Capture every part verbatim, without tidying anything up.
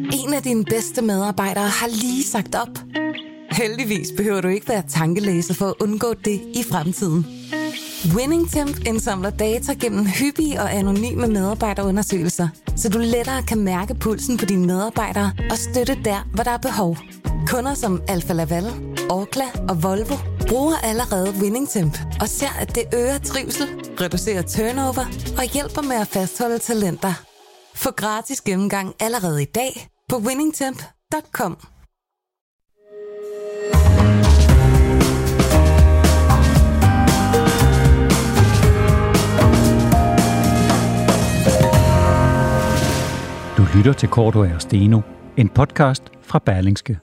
En af dine bedste medarbejdere har lige sagt op. Heldigvis behøver du ikke være tankelæser for at undgå det i fremtiden. WinningTemp indsamler data gennem hyppige og anonyme medarbejderundersøgelser, så du lettere kan mærke pulsen på dine medarbejdere og støtte der, hvor der er behov. Kunder som Alfa Laval, Orkla og Volvo bruger allerede WinningTemp og ser, at det øger trivsel, reducerer turnover og hjælper med at fastholde talenter. Få gratis gennemgang allerede i dag på winningtemp punktum com. Du lytter til Cordua og Steno, en podcast fra Berlingske.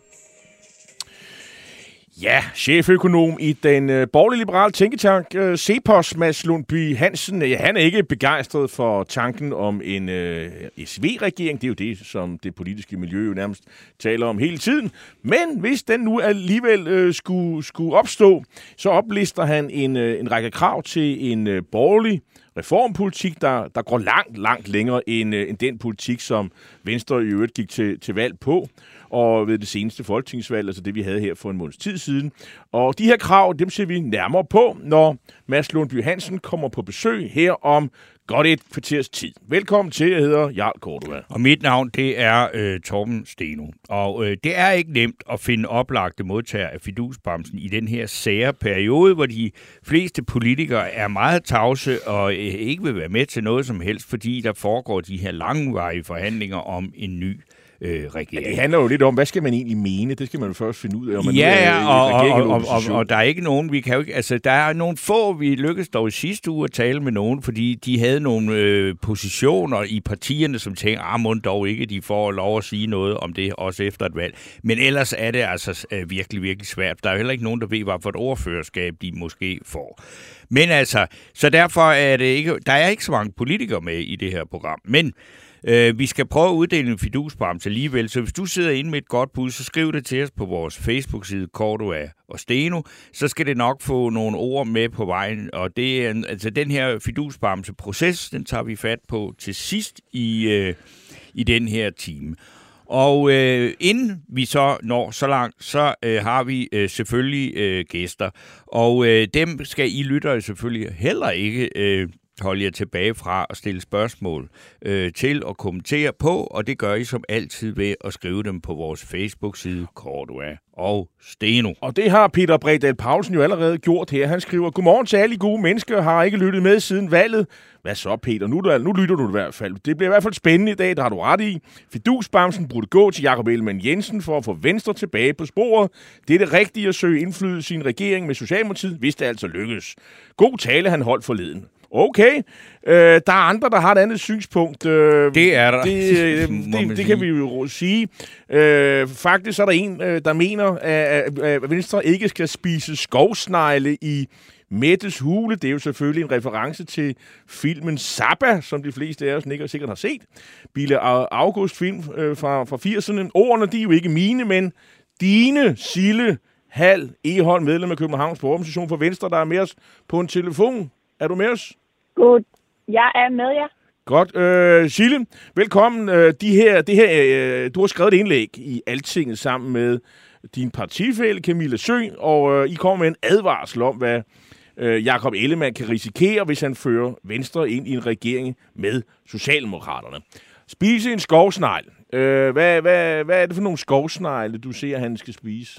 Ja, cheføkonom i den øh, borgerlig-liberale tænketank øh, CEPOS, Mads Lundby Hansen, ja, han er ikke begejstret for tanken om en øh, S V-regering. Det er jo det, som det politiske miljø jo nærmest taler om hele tiden. Men hvis den nu alligevel øh, skulle, skulle opstå, så oplister han en, øh, en række krav til en øh, borgerlig reformpolitik, der, der går langt, langt længere end, øh, end den politik, som Venstre i øvrigt gik til, til valg på. Og ved det seneste folketingsvalg, altså det vi havde her for en måneds tid siden. Og de her krav, dem ser vi nærmere på, når Mads Lundby Hansen kommer på besøg her om godt et kvarters tid. Velkommen til, jeg hedder Jarl Cordua. Og mit navn, det er øh, Torben Steno. Og øh, det er ikke nemt at finde oplagte modtagere af fidusbremsen i den her sære periode, hvor de fleste politikere er meget tavse og øh, ikke vil være med til noget som helst, fordi der foregår de her langvarige forhandlinger om en ny Øh, regering. Det handler jo lidt om, hvad skal man egentlig mene? Det skal man jo først finde ud af, om man ja, nu er ja, og, regering og, eller og, og, og der er ikke nogen, vi kan jo ikke, altså der er nogle få, vi lykkedes dog i sidste uge at tale med nogen, fordi de havde nogle øh, positioner i partierne, som tænker, ah, må dog ikke, de får lov at sige noget om det, også efter et valg. Men ellers er det altså øh, virkelig, virkelig svært. Der er jo heller ikke nogen, der ved, hvad for et ordførerskab de måske får. Men altså, så derfor er det ikke, der er ikke så mange politikere med i det her program. Men Uh, vi skal prøve at uddele en fidusbremse alligevel, så hvis du sidder inde med et godt bud, så skriv det til os på vores Facebook-side Cordua og Steno, så skal det nok få nogle ord med på vejen, og det er, altså den her fidusbremse-proces, den tager vi fat på til sidst i, uh, i den her time. Og øh, inden vi så når så langt, så øh, har vi øh, selvfølgelig øh, gæster, og øh, dem skal I lyttere selvfølgelig heller ikke øh, holde jer tilbage fra at stille spørgsmål øh, til og kommentere på, og det gør I som altid ved at skrive dem på vores Facebook-side Cordua og Steno. Og det har Peter Bredal Paulsen jo allerede gjort her. Han skriver, godmorgen til alle gode mennesker, har ikke lyttet med siden valget. Hvad så, Peter? Nu, nu lytter du i hvert fald. Det bliver i hvert fald spændende i dag, der har du ret i. Fidusbremsen burde gå til Jakob Ellemann-Jensen for at få Venstre tilbage på sporet. Det er det rigtige at søge indflydelse i en regering med Socialdemokratiet, hvis det altså lykkes. God tale, han holdt forleden. Okay, øh, der er andre, der har et andet synspunkt. Øh, det er der. Det, øh, det, det kan vi jo sige. Øh, faktisk er der en, der mener, at, at Venstre ikke skal spise skovsnegle i Mettes hule. Det er jo selvfølgelig en reference til filmen Zappa, som de fleste af os ikke sikkert har set. Bille August film øh, fra, fra firserne. Ordene, de er jo ikke mine, men dine, Sille Hal Egholm, medlem af Københavns Borgerorganisation for Venstre, der er med os på en telefon. Er du med os? God. Jeg er med jer. Godt. Øh, Sille, velkommen. Øh, de her, det her, øh, du har skrevet et indlæg i Altinget sammen med din partifælle Camilla Søen, og øh, I kommer med en advarsel om, hvad øh, Jakob Ellemann kan risikere, hvis han fører Venstre ind i en regering med Socialdemokraterne. Spise en skovsnegl. Øh, hvad, hvad, hvad er det for nogle skovsnegle, du ser, han skal spise?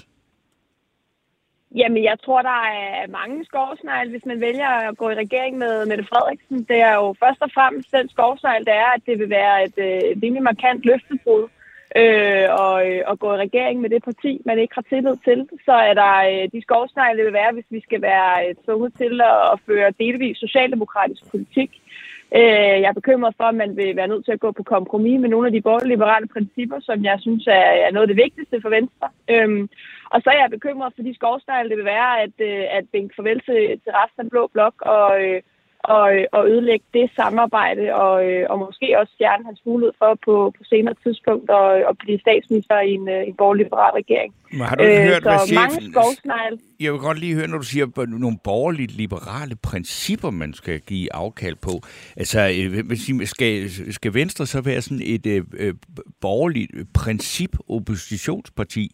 Jamen, jeg tror, der er mange skovsnegle, hvis man vælger at gå i regering med Mette Frederiksen. Det er jo først og fremmest den skovsnegle, det er, at det vil være et øh, rimelig markant løftebrud øh, og, øh, at gå i regering med det parti, man ikke har tillid til. Så er der øh, de skovsnegle, det vil være, hvis vi skal være øh, tvunget til at, at føre delvis socialdemokratisk politik. Øh, jeg er bekymret for, at man vil være nødt til at gå på kompromis med nogle af de borgerlig-liberale principper, som jeg synes er, er noget af det vigtigste for Venstre. Øh, Og så er jeg bekymret for de skovsnegle, det vil være, at, at vinke farvel til, til resten af Blå Blok og, øh, og, og ødelægge det samarbejde, og, og måske også fjerne hans mulighed for på, på senere tidspunkt at, at blive statsminister i en, en borgerlig-liberal regering. Men har du ikke øh, hørt, hvad så mange chefen... skovsnegle... Jeg vil godt lige høre, når du siger nogle borgerligt-liberale principper, man skal give afkald på. Altså, skal, skal Venstre så være sådan et øh, borgerligt princip-oppositionsparti?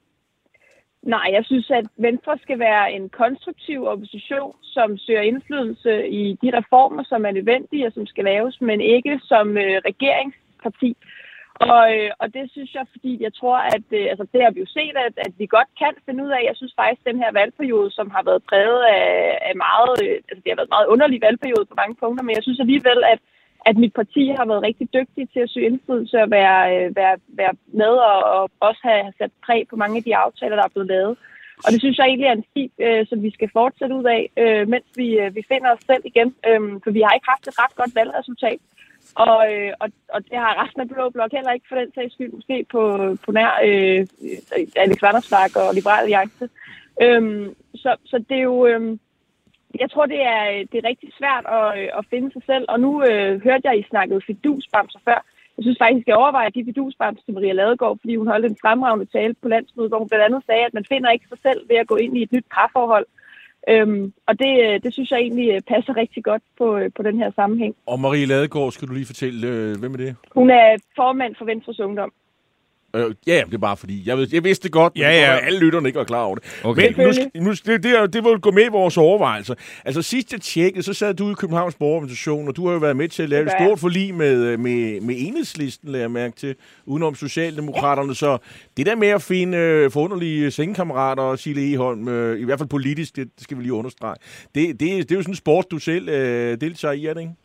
Nej, jeg synes, at Venstre skal være en konstruktiv opposition, som søger indflydelse i de reformer, som er nødvendige og som skal laves, men ikke som øh, regeringsparti. Og, øh, og det synes jeg, fordi jeg tror, at øh, altså, det har vi jo set, at, at vi godt kan finde ud af. Jeg synes faktisk, at den her valgperiode, som har været præget af, af meget, øh, altså det har været en meget underlig valgperiode på mange punkter, men jeg synes alligevel, at at mit parti har været rigtig dygtig til at søge indflydelse og være, være, være med og, og også have sat præg på mange af de aftaler, der er blevet lavet. Og det synes jeg egentlig er en sti, øh, som vi skal fortsætte ud af, øh, mens vi, øh, vi finder os selv igen. Øh, for vi har ikke haft et ret godt valgresultat. Og, øh, og, og det har resten af Blå Blok heller ikke for den sags skyld, måske på, på nær øh, Alex Vanopslagh og Liberal Alliance. Øh, så, så det er jo... Øh, Jeg tror, det er, det er rigtig svært at, at finde sig selv, og nu øh, hørte jeg, I snakkede fidusbamser før. Jeg synes faktisk, jeg overvejer de fidusbamser til Maria Ladegaard, fordi hun holdt en fremragende tale på landsmødet, hvor hun blandt andet sagde, at man finder ikke sig selv ved at gå ind i et nyt parforhold. Øhm, og det, det synes jeg egentlig passer rigtig godt på, på den her sammenhæng. Og Maria Ladegaard, skal du lige fortælle, øh, hvem er det? Hun er formand for Venstres Ungdom. Øh, ja, det er bare fordi, jeg, ved, jeg vidste det godt, men ja, ja. alle lytterne ikke var klar over det. Okay. Men nu, nu, det, det, det vil gå med i vores overvejelser. Altså sidst jeg tjekkede, så sad du i Københavns Borgerorganisation, og du har jo været med til at lave et stort forlig med, med, med Enhedslisten, lader jeg mærke til, udenom Socialdemokraterne. Ja. Så det der med at finde øh, forunderlige sengekammerater og Sille Egholm, øh, i hvert fald politisk, det, det skal vi lige understrege. Det, det, det er jo sådan en sport, du selv øh, deltager i, er det ikke?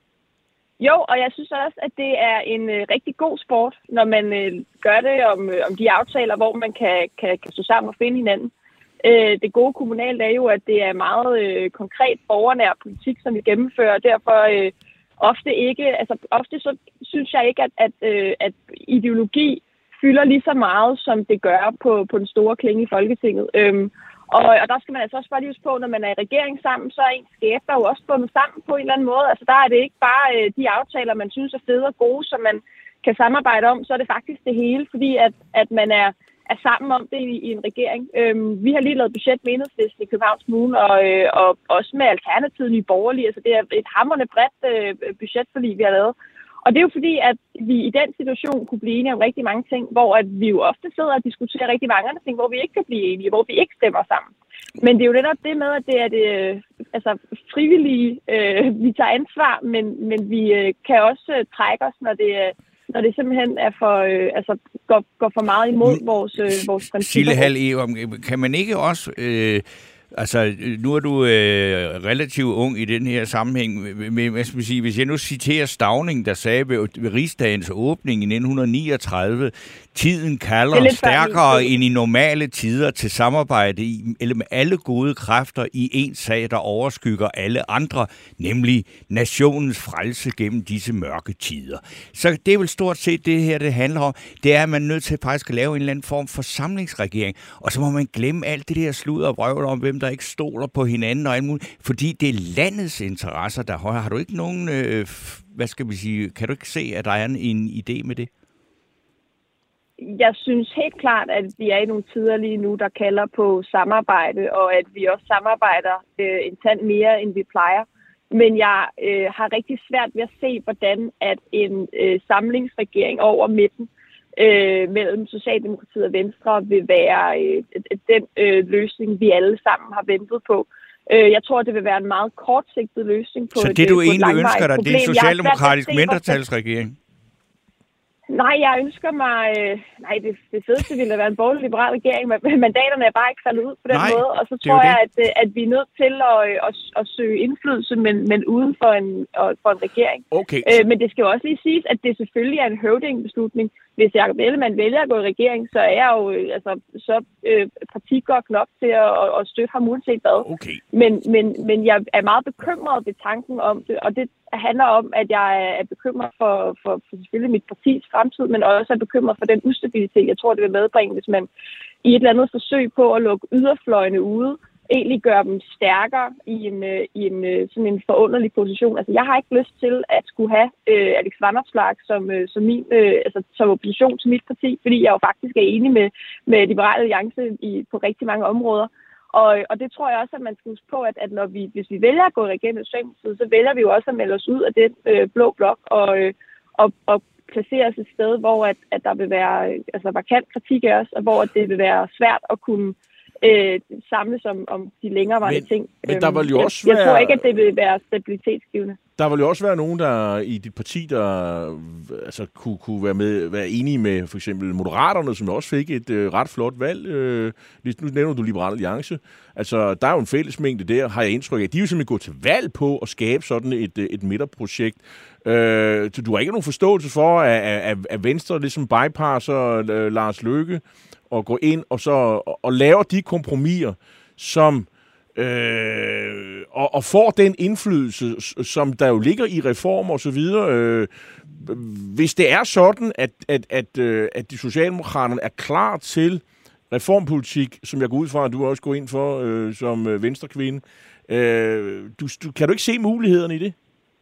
Jo, og jeg synes også, at det er en øh, rigtig god sport, når man øh, gør det om, øh, om de aftaler, hvor man kan, kan, kan stå sammen og finde hinanden. Øh, det gode kommunalt er jo, at det er meget øh, konkret borgernær politik, som vi gennemfører, og derfor øh, ofte ikke, altså ofte så synes jeg ikke, at, at, øh, at ideologi fylder lige så meget, som det gør på, på den store klinge i Folketinget. Øh, Og, og der skal man altså også bare lige huske på, når man er i regering sammen, så er ens skæbner jo også bundet sammen på en eller anden måde. Altså der er det ikke bare øh, de aftaler, man synes er fede og gode, som man kan samarbejde om, så er det faktisk det hele, fordi at, at man er, er sammen om det i, i en regering. Øhm, vi har lige lavet budget med Enhedslisten i Københavns Kommune, og, øh, og også med Alternativet i borgerlige. Altså det er et hamrende bredt øh, budgetforlig, vi har lavet. Og det er jo fordi, at vi i den situation kunne blive enige om rigtig mange ting, hvor at vi jo ofte sidder og diskuterer rigtig mange andre ting, hvor vi ikke kan blive enige, hvor vi ikke stemmer sammen. Men det er jo netop det med, at det er det altså, frivillige, øh, vi tager ansvar, men, men vi øh, kan også øh, trække os, når det, øh, når det simpelthen er for, øh, altså, går, går for meget imod vores, øh, vores principper. Sille Hald Egholm, kan man ikke også... Øh Altså, nu er du øh, relativt ung i den her sammenhæng. Men, hvad skal man sige, hvis jeg nu citerer Stauning, der sagde ved, ved Rigsdagens åbning i nitten niogtredive, tiden kalder stærkere end i normale tider til samarbejde i, eller med alle gode kræfter i en sag, der overskygger alle andre, nemlig nationens frelse gennem disse mørke tider. Så det er vel stort set det her, det handler om. Det er, at man er nødt til faktisk at lave en eller anden form for samlingsregering. Og så må man glemme alt det der sludder og vrøvl om, hvem der ikke stoler på hinanden og alt muligt, fordi det er landets interesser, der højere. Har du ikke nogen, øh, hvad skal vi sige, kan du ikke se, at der er en, en idé med det? Jeg synes helt klart, at vi er i nogle tider lige nu, der kalder på samarbejde, og at vi også samarbejder øh, en tand mere, end vi plejer. Men jeg øh, har rigtig svært ved at se, hvordan at en øh, samlingsregering over midten Øh, mellem Socialdemokratiet og Venstre vil være øh, den øh, løsning, vi alle sammen har ventet på. Øh, jeg tror, det vil være en meget kortsigtet løsning på. Så det, et, du på egentlig ønsker dig, problem. det er en socialdemokratisk mindretalsregering? Nej, jeg ønsker mig... Øh, nej, det, det fedeste ville være en borgerlig liberal regering, men mandaterne er bare ikke faldet ud på den Nej, måde. Og så tror jeg, at, at vi er nødt til at, at, at søge indflydelse, men, men uden for en, for en regering. Okay. Øh, men det skal jo også lige siges, at det selvfølgelig er en høvdingbeslutning. Hvis Jacob Ellemann vælger at gå i regering, så er jeg jo altså, så øh, partigodt nok til at, at støtte ham uanset hvad. Okay. Men, men, men jeg er meget bekymret ved tanken om det, og det handler om, at jeg er bekymret for, for, for selvfølgelig mit partis fremtid, men også er bekymret for den ustabilitet, jeg tror, det vil medbringe, hvis man i et eller andet forsøg på at lukke yderfløjene ude, egentlig gøre dem stærkere i en, øh, i en øh, sådan en forunderlig position. Altså, jeg har ikke lyst til at skulle have øh, Alex Vanopslagh som, øh, som, min, øh, altså, som opposition til mit parti, fordi jeg jo faktisk er enig med, med Liberal Alliance i, på rigtig mange områder. Og, og det tror jeg også, at man skal huske på, at, at når vi, hvis vi vælger at gå igennem Socialdemokratiet, så vælger vi jo også at melde os ud af den øh, blå blok og, øh, og, og placere os et sted, hvor at, at der vil være øh, altså, markant kritik af os, og hvor det vil være svært at kunne øh, samles om, om de længerevarende men, ting. Men der vil jo jeg, også være... jeg tror ikke, at det vil være stabilitetsgivende. Der vil jo også være nogen, der i dit parti, der altså, kunne, kunne være, med, være enige med for eksempel Moderaterne, som også fik et øh, ret flot valg. Øh, nu nævner du Liberal Alliance. Altså, der er jo en fællesmængde der, har jeg indtryk af. De er jo simpelthen gået til valg på at skabe sådan et, et midterprojekt. Øh, du har ikke nogen forståelse for, at, at, at Venstre ligesom bypasser øh, Lars Løkke og går ind og, så, og, og laver de kompromiser, som... Øh, og, og får den indflydelse, som der jo ligger i reformer og så videre. Øh, hvis det er sådan, at, at, at, at de Socialdemokraterne er klar til reformpolitik, som jeg går ud fra, at du også går ind for øh, som øh, venstrekvinde, øh, du, du, kan du ikke se mulighederne i det?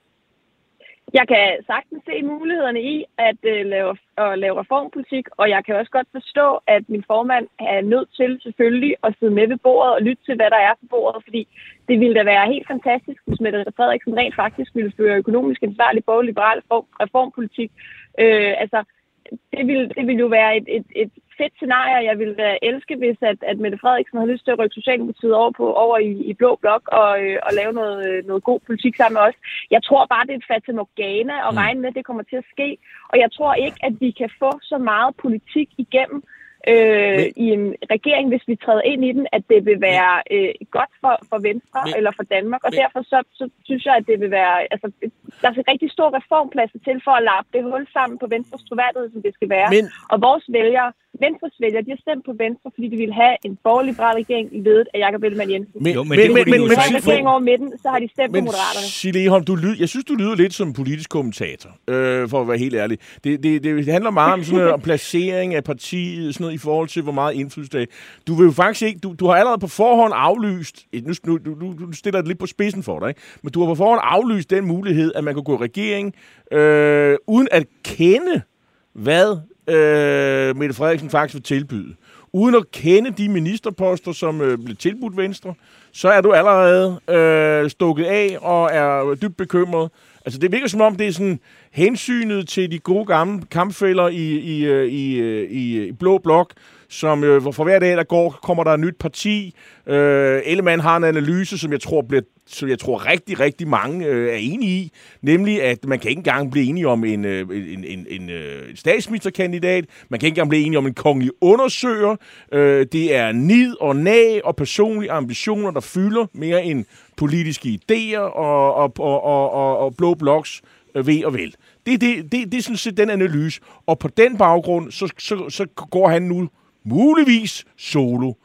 Jeg kan sagtens se mulighederne i at, øh, lave, at lave reformpolitik, og jeg kan også godt forstå, at min formand er nødt til selvfølgelig at sidde med ved bordet og lytte til, hvad der er på bordet, fordi det ville da være helt fantastisk, hvis Mette Frederiksen rent faktisk ville føre økonomisk ansvarlig borgerlig liberal reformpolitik. Øh, altså, det ville, det ville jo være et, et, et fedt scenarie. Jeg ville elske, hvis at, at Mette Frederiksen har lyst til at rykke Socialdemokratiet over, på, over i, i blå blok og, øh, og lave noget, noget god politik sammen med os. Jeg tror bare, det er et fatamorgana at regne med, at det kommer til at ske. Og jeg tror ikke, at vi kan få så meget politik igennem øh, men, i en regering, hvis vi træder ind i den, at det vil være øh, godt for, for Venstre men, eller for Danmark. Og men, derfor så, så synes jeg, at det vil være... Altså, der er en rigtig stor reformplads til for at lappe det hul sammen på Venstres troværdighed, som det skal være. Men, og vores vælgere, Venstres vælgere, de har stemt på Venstre, fordi de ville have en borgerlig liberal regering ledet af Jakob Ellemann-Jensen. Men, men, men, men, men, men, regering over midten, så har de stemt men, på Moderaterne. Sille Egholm, du lyd, jeg synes, du lyder lidt som politisk kommentator, øh, for at være helt ærlig. Det, det, det handler meget om sådan noget, om placering af partiet, sådan noget, i forhold til, hvor meget indflydelse det er. Du vil jo faktisk ikke, du, du har allerede på forhånd aflyst, nu, nu, du, du stiller det lidt på spidsen for dig, ikke? Men du har på forhånd aflyst den mulighed, at man kan gå i regering, øh, uden at kende, hvad Øh, Mette Frederiksen faktisk vil tilbyde. Uden at kende de ministerposter, som øh, blev tilbudt Venstre, så er du allerede øh, stukket af og er dybt bekymret. Altså, det virker som om, det er sådan hensynet til de gode gamle kampfæller i, i, i, i, i blå blok, som øh, for hver dag, der går, kommer der et nyt parti. Øh, Ellemann har en analyse, som jeg tror bliver som jeg tror rigtig, rigtig mange øh, er enige i, nemlig at man kan ikke engang blive enige om en, øh, en, en, en, en statsministerkandidat, man kan ikke engang blive enige om en kongelig undersøger. Øh, det er nid og nag og personlige ambitioner, der fylder mere end politiske idéer og, og, og, og, og, og blå bloks øh, ved og vel. Det, det, det, det er sådan set den analyse, og på den baggrund, så, så, så går han nu muligvis solo.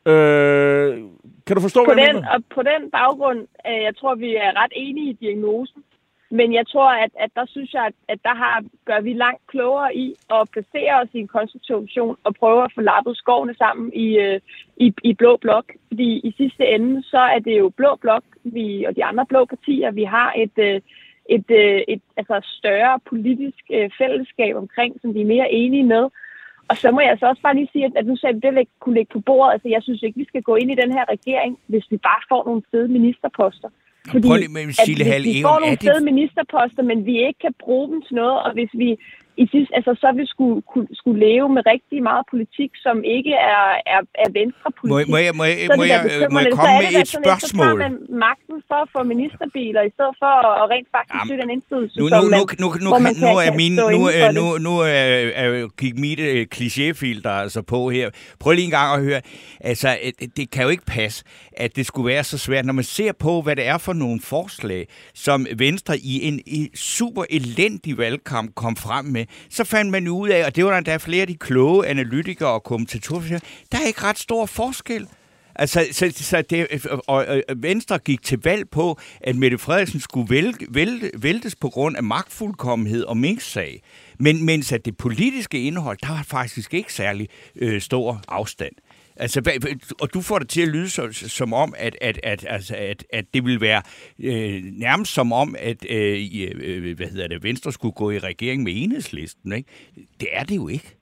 Øh, kan du forstå, på hvad jeg den, mener? Og på den baggrund, øh, jeg tror, vi er ret enige i diagnosen. Men jeg tror, at, at der synes jeg, at, at der har, gør vi langt klogere i at placere os i en konstruktion og prøve at få lappet skovene sammen i, øh, i, i blå blok. Fordi i sidste ende, så er det jo blå blok vi, og de andre blå partier, vi har et, øh, et, øh, et altså større politisk øh, fællesskab omkring, som vi er mere enige med. Og så må jeg så også bare lige sige, at nu sagde du, det kunne ligge på bordet. Altså, jeg synes ikke, vi skal gå ind i den her regering, hvis vi bare får nogle fede ministerposter. Fordi Prøv lige med Sille at hvis vi får nogle fede ministerposter, men vi ikke kan bruge dem til noget, og hvis vi i sidst, altså så vi skulle, kunne, skulle leve med rigtig meget politik, som ikke er, er, er venstrepolitik. Må, må jeg, må jeg, må jeg, må jeg komme med et spørgsmål? Så tager man magten for at få ministerbiler, i stedet for at rent faktisk søge den indflydelse, nu, som nu, man, nu, nu, man nu, kan, er min, kan nu, er, nu, nu er, er, gik mit uh, klichéfilter altså på her. Prøv lige en gang at høre. Altså, det kan jo ikke passe, at det skulle være så svært, når man ser på, hvad det er for nogle forslag, som Venstre i en i super elendig valgkamp kom frem med, så fandt man ud af, og det var der, der er flere af de kloge analytikere og kommentatorer, der er ikke ret stor forskel. Altså, så, så det, og, og Venstre gik til valg på, at Mette Frederiksen skulle vælte, vælte, væltes på grund af magtfuldkommenhed og minksag. Men mens at det politiske indhold, der var faktisk ikke særlig øh, stor afstand. Altså, og du får det til at lyde så, som om, at, at, at, altså, at, at det vil være øh, nærmest som om, at øh, øh, hvad hedder det, Venstre skulle gå i regering med Enhedslisten, ikke? Det er det jo ikke.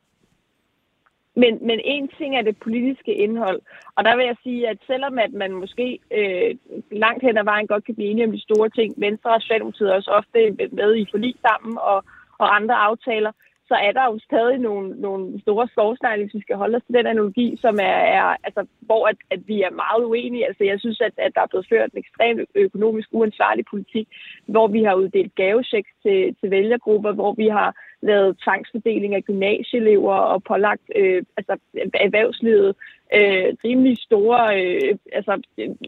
Men, men en ting er det politiske indhold, og der vil jeg sige, at selvom at man måske øh, langt hen ad vejen godt kan blive enige om de store ting, Venstre og Socialdemokratiet er også ofte med i forlig sammen og, og andre aftaler, så er der jo stadig nogle, nogle store skovsnegle, hvis vi skal holde os til den analogi, som er, er altså, hvor at, at vi er meget uenige. Altså, jeg synes, at, at der er blevet ført en ekstremt økonomisk uansvarlig politik, hvor vi har uddelt gavechecks til, til vælgergrupper, hvor vi har lavet tvangsfordeling af gymnasieelever og pålagt øh, altså, erhvervslivet øh, rimelig store øh, altså,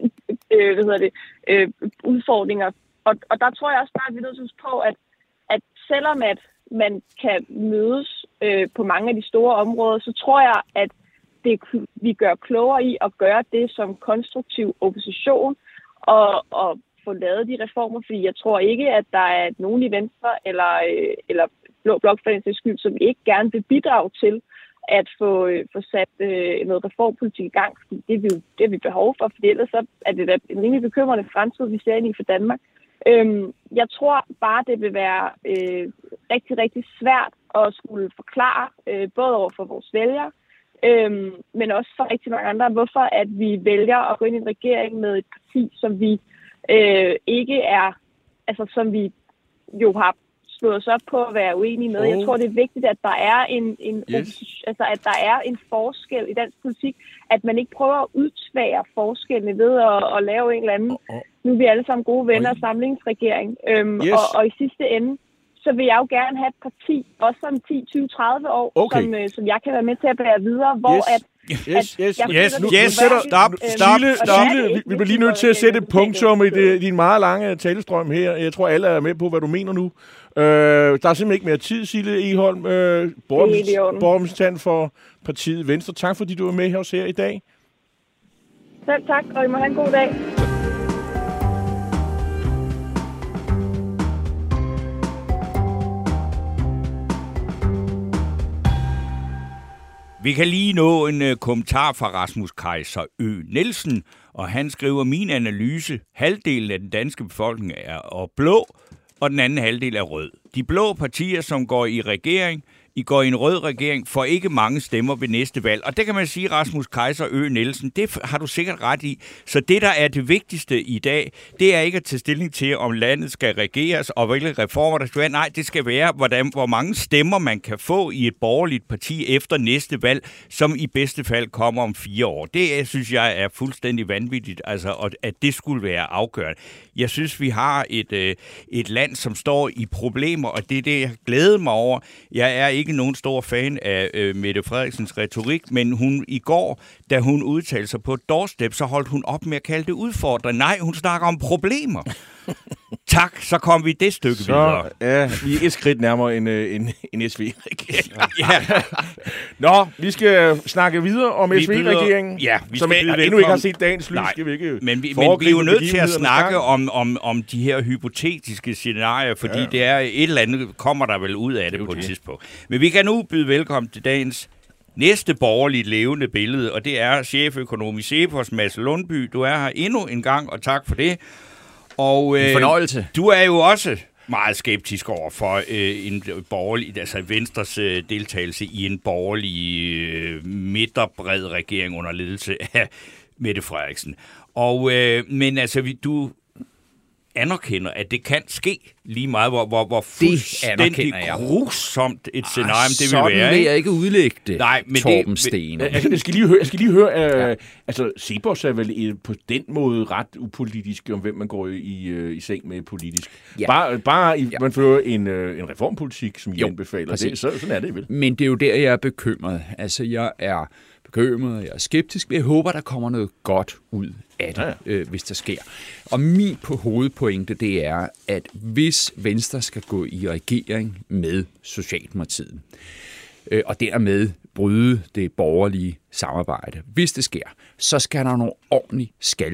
øh, hvad hedder det, øh, udfordringer. Og, og der tror jeg også bare, at vi er nødt til på, at, at selvom at man kan mødes øh, på mange af de store områder, så tror jeg, at det, vi gør klogere i at gøre det som konstruktiv opposition og, og få lavet de reformer, fordi jeg tror ikke, at der er nogen i Venstre eller, øh, eller Blå Blok for den sags skyld, som ikke gerne vil bidrage til at få, øh, få sat øh, noget reformpolitik i gang, fordi det er vi jo det er vi behov for, for ellers så er det da en rimelig bekymrende fremtid, vi ser ind i for Danmark. Øhm, jeg tror bare, det vil være øh, rigtig, rigtig svært at skulle forklare, øh, både over for vores vælgere, øh, men også for rigtig mange andre, hvorfor at vi vælger at gå ind i en regering med et parti, som vi øh, ikke er, altså som vi jo har slået os op på at være uenige med. Oh. Jeg tror, det er vigtigt, at der er en, en yes. altså at der er en forskel i dansk politik, at man ikke prøver at udtvære forskellene ved at, at lave en eller anden. Oh. Nu er vi alle sammen gode venner og samlingsregering. Øhm, yes. og, og i sidste ende, så vil jeg jo gerne have et parti, også om ti, tyve, tredive år, okay. som, øh, som jeg kan være med til at bære videre, hvor yes. at Yes, yes, yes. yes. Nu, yes. Stop, stop, stop. Sille, Sille, vi, vi bliver lige nødt til at sætte et punktum i det, din meget lange talestrøm her. Jeg tror, alle er med på, hvad du mener nu. Øh, der er simpelthen ikke mere tid, Sille Egholm, øh, borgerrepræsentant for partiet Venstre. Tak, fordi du er med hos her i dag. Selv tak, og I må have en god dag. Vi kan lige nå en uh, kommentar fra Rasmus Kaiser Ø. Nielsen, og han skriver, min analyse, halvdelen af den danske befolkning er blå, og den anden halvdel er rød. De blå partier, som går i regering, I går i en rød regering, får ikke mange stemmer ved næste valg. Og det kan man sige, Rasmus Kaiser Ø. Nielsen, det har du sikkert ret i. Så det, der er det vigtigste i dag, det er ikke at tage stilling til, om landet skal regeres, og hvilke reformer der skal være. Nej, det skal være, hvordan, hvor mange stemmer man kan få i et borgerligt parti efter næste valg, som i bedste fald kommer om fire år. Det synes jeg er fuldstændig vanvittigt, altså, at det skulle være afgørende. Jeg synes, vi har et, øh, et land, som står i problemer, og det er det, jeg glæder mig over. Jeg er ikke nogen stor fan af øh, Mette Frederiksens retorik, men hun i går, da hun udtalte sig på et doorstep, så holdt hun op med at kalde det udfordrende. Nej, hun snakker om problemer. Tak, så kom vi det stykke så, videre. Ja, vi er et skridt nærmere en, en, en S V-regering. Ja. Nå, vi skal snakke videre om S V-regeringen, ja, vi som endnu ikke har set dagens lys. Nej, skal vi ikke men, vi, men vi er jo nødt til at snakke om, om, om de her hypotetiske scenarier, fordi ja. det er et eller andet, kommer der vel ud af det, det på et tidspunkt. Men vi kan nu byde velkommen til dagens næste borgerligt levende billede, og det er cheføkonom i CEPOS, Mads Lundby. Du er her endnu en gang, og tak for det. Og øh, fornøjelse. Du er jo også meget skeptisk over for øh, en borgerlig, altså Venstres øh, deltagelse i en borgerlig øh, midterbred regering under ledelse af Mette Frederiksen. Og øh, men altså vi, du anerkender, at det kan ske lige meget, hvor, hvor, hvor fuldstændig grusomt et scenarium ah, det vil være. Sådan vil jeg ikke udlægge det, Nej, men Torben Steen. Jeg, jeg skal lige høre, jeg skal lige høre uh, ja. altså CEPOS er vel på den måde ret upolitisk, om hvem man går i, uh, i seng med politisk. Ja. Bare, bare i, ja. man fører en, uh, en reformpolitik, som I anbefaler. Det, så, sådan er det vel. Men det er jo der, jeg er bekymret. Altså, jeg er bekymret, jeg er skeptisk, men jeg håber, der kommer noget godt ud af det, ja, ja. Øh, hvis der sker. Og min på hovedpointe, det er, at hvis Venstre skal gå i regering med Socialdemokratiet, øh, og dermed bryde det borgerlige samarbejde, hvis det sker, så skal der nogle ordentlige skalpe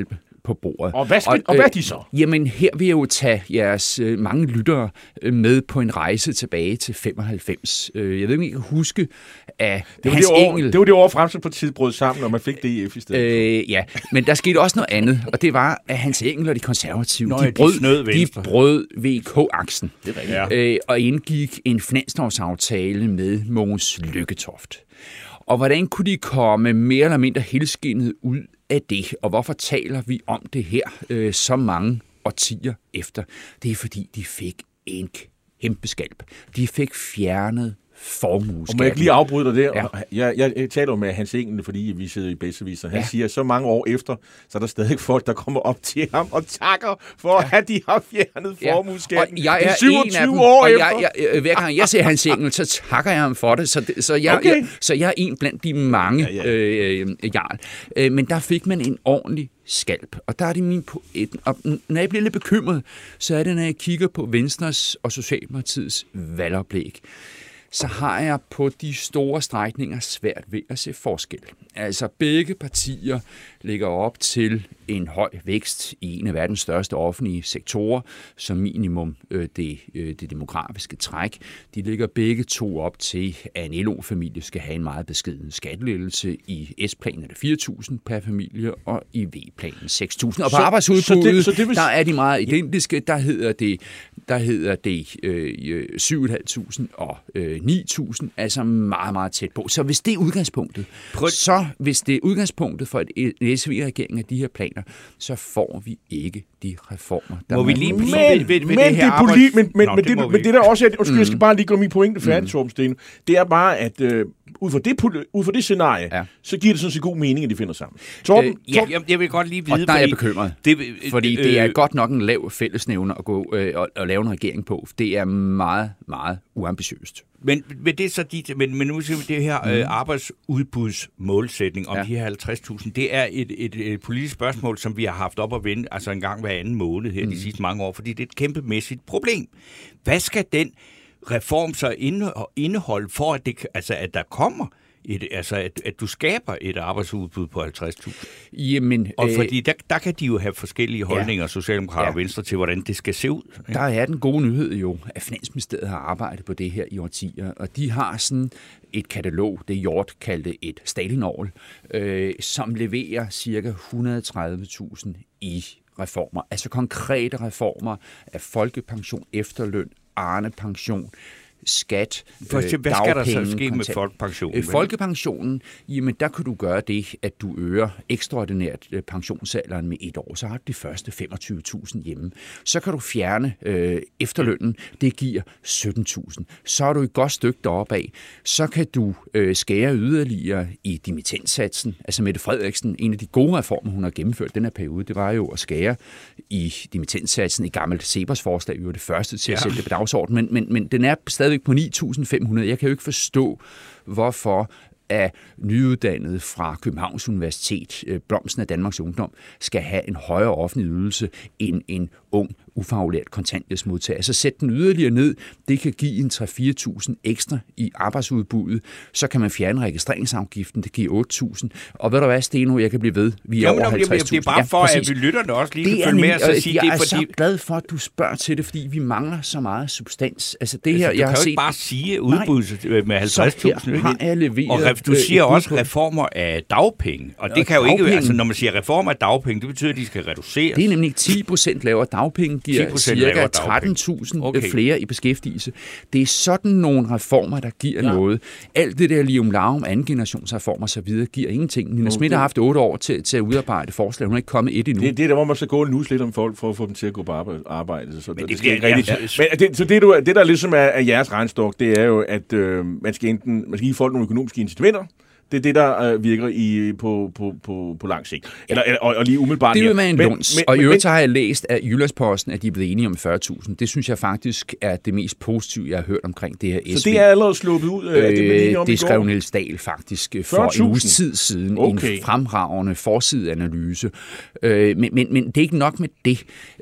på bordet. Og hvad, skal, og, og hvad er de så? Jamen, her vil jeg jo tage jeres øh, mange lyttere øh, med på en rejse tilbage til femoghalvfems. Øh, jeg ved ikke, om I kan huske, at det Hans det år, Engell... Det var det år, Fremskridtspartiet brød sammen, og man fik D F i stedet. Øh, ja, men der skete også noget andet, og det var, at Hans Engell og de konservative, Nå, de, de brød, de de brød V K-aksen det er rigtigt. øh, og indgik en finanslovsaftale med Mogens Lykketoft. Og hvordan kunne de komme mere eller mindre helskindet ud af det, og hvorfor taler vi om det her øh, så mange årtier efter? Det er, fordi de fik en kæmpe skalp. De fik fjernet formueskatten. Og må jeg ikke lige afbryde dig der? Ja. Jeg, jeg, jeg taler jo med Hans Engell, fordi vi sidder i Bedsteviser. Han ja. siger, så mange år efter, så er der stadig folk, der kommer op til ham og takker for, ja. at de har fjernet ja. formueskatten. Og jeg er syvogtyve en af dem, år og efter. jeg, jeg, hver gang jeg ser Hans Engell, så takker jeg ham for det. Så, det, så, jeg, okay. jeg, så jeg er en blandt de mange ja, ja. Øh, jarl. Øh, men der fik man en ordentlig skalp. Og der er det min poeten. Og når jeg bliver lidt bekymret, så er det, når jeg kigger på Venstres og Socialdemokratiets valgoplæg, så har jeg på de store strækninger svært ved at se forskel. Altså begge partier ligger op til en høj vækst i en af verdens største offentlige sektorer, som minimum øh, det, øh, det demografiske træk. De ligger begge to op til, at en L O-familie skal have en meget beskeden skattelettelse. I S-planen er det fire tusind per familie, og i V-planen seks tusind. Og på så, arbejdsudbuddet, så det, så det vil... der er de meget identiske. Der hedder det, der hedder det øh, syv tusind fem hundrede og øh, ni tusind, altså meget, meget tæt på. Så hvis det er udgangspunktet, Prøv... så hvis det er udgangspunktet for en S V-regering af de her planer, så får vi ikke de reformer, der må vi lige blive men, ved, ved, ved men det her det arbejds... politi- men, men, Nå, men, det, det, men det der også er, undskyld, mm. jeg skal bare lige gå min pointe færdig, mm. Torben Steno, det er bare, at øh, ud, fra det, ud fra det scenarie, ja. så giver det sådan set god mening, at de finder sammen. Torben, øh, ja, Torben, jeg vil godt lige vide... Og der er jeg bekymret, det, øh, fordi øh, det er godt nok en lav fællesnævner at gå øh, og, og lave en regering på. Det er meget, meget uambitiøst. Men, men det er så dit, men, men nu ser vi det her mm. øh, arbejdsudbudsmålsætning om ja. de her halvtreds tusind. Det er et, et, et politisk spørgsmål, som vi har haft op at vende, altså en gang hver anden måned her mm. de sidste mange år, fordi det er et kæmpemæssigt problem. Hvad skal den reform så indeholde for, at, det, altså, at der kommer et, altså at, at du skaber et arbejdsudbud på halvtreds tusind? Jamen, og fordi der, der kan de jo have forskellige holdninger, ja. Socialdemokrater ja. og Venstre, til hvordan det skal se ud. Ikke? Der er den gode nyhed jo, at Finansministeriet har arbejdet på det her i årtier, og de har sådan et katalog, det Hjort kaldte et Stalinovl, øh, som leverer cirka et hundrede og tredive tusind i reformer, altså konkrete reformer af folkepension, efterløn, Arne-pension, skat, For eksempel, hvad skal der så ske med folkepensionen? Folkepensionen, jamen der kan du gøre det, at du øger ekstraordinært pensionsalderen med et år. Så har du de første femogtyve tusind hjemme. Så kan du fjerne øh, efterlønnen, det giver sytten tusind. Så er du et godt stykke deroppe af. Så kan du øh, skære yderligere i dimittenssatsen. Altså Mette Frederiksen, en af de gode reformer, hun har gennemført den her periode, det var jo at skære i dimittenssatsen i gammelt Sebers forslag. Vi var det første til at ja. sætte det på dagsordenen, men, men, men den er stadigvæk på ni tusind fem hundrede. Jeg kan jo ikke forstå, hvorfor at nyuddannede fra Københavns Universitet, blomsten af Danmarks Ungdom, skal have en højere offentlig ydelse end en ung, ufaglært kontanthjælpsmodtager. Så sæt den yderligere ned. Det kan give en tre til fire tusind ekstra i arbejdsudbuddet. Så kan man fjerne registreringsafgiften. Det giver otte tusind. Og ved du hvad, Steno, jeg kan blive ved. Vi er Jamen, over halvtreds tusind. Det er bare for, ja, at vi lytterne også lige kan følge med og så sige jeg det. Jeg er fordi... så glad for, at du spørger til det, fordi vi mangler så meget substans. Altså det altså, her, du jeg kan har jo set... ikke bare sige udbud med halvtreds tusind. Har jeg leveret, og du siger øh, også reformer af dagpenge. Og det og kan jo dagpenge. ikke... Altså, når man siger reformer af dagpenge, det betyder, at de skal reduceres. Det er nemlig ti procent lavere dagpenge, giver cirka tretten tusind okay. flere i beskæftigelse. Det er sådan nogle reformer, der giver ja. noget. Alt det der lium larum, anden generationsreformer og så videre, giver ingenting. Nina Schmidt har haft otte år til, til at udarbejde forslag. Hun er ikke kommet et endnu. Det, det er der, hvor man skal gå en nus lidt om folk, for at få dem til at gå på arbejde. Så men det, det bliver ikke rigtigt. Ja. Men det, så det, du, det, der ligesom er, er jeres regnstok, det er jo, at øh, man, skal enten, man skal give folk nogle økonomiske incitamenter. Det er det, der øh, virker i, på, på, på, på lang sigt. Eller, eller, og, og lige umiddelbart... Det vil være en luns. Og i øvrigt så har jeg læst af Jyllandsposten, at de er blevet enige om fyrre tusind. Det synes jeg faktisk er det mest positive, jeg har hørt omkring det her S V. Så det er allerede sluppet ud af det, man lige om det skrev Niels Dahl faktisk for en uges tid siden okay. i en fremragende forsideanalyse. Øh, men, men, men det er ikke nok med det.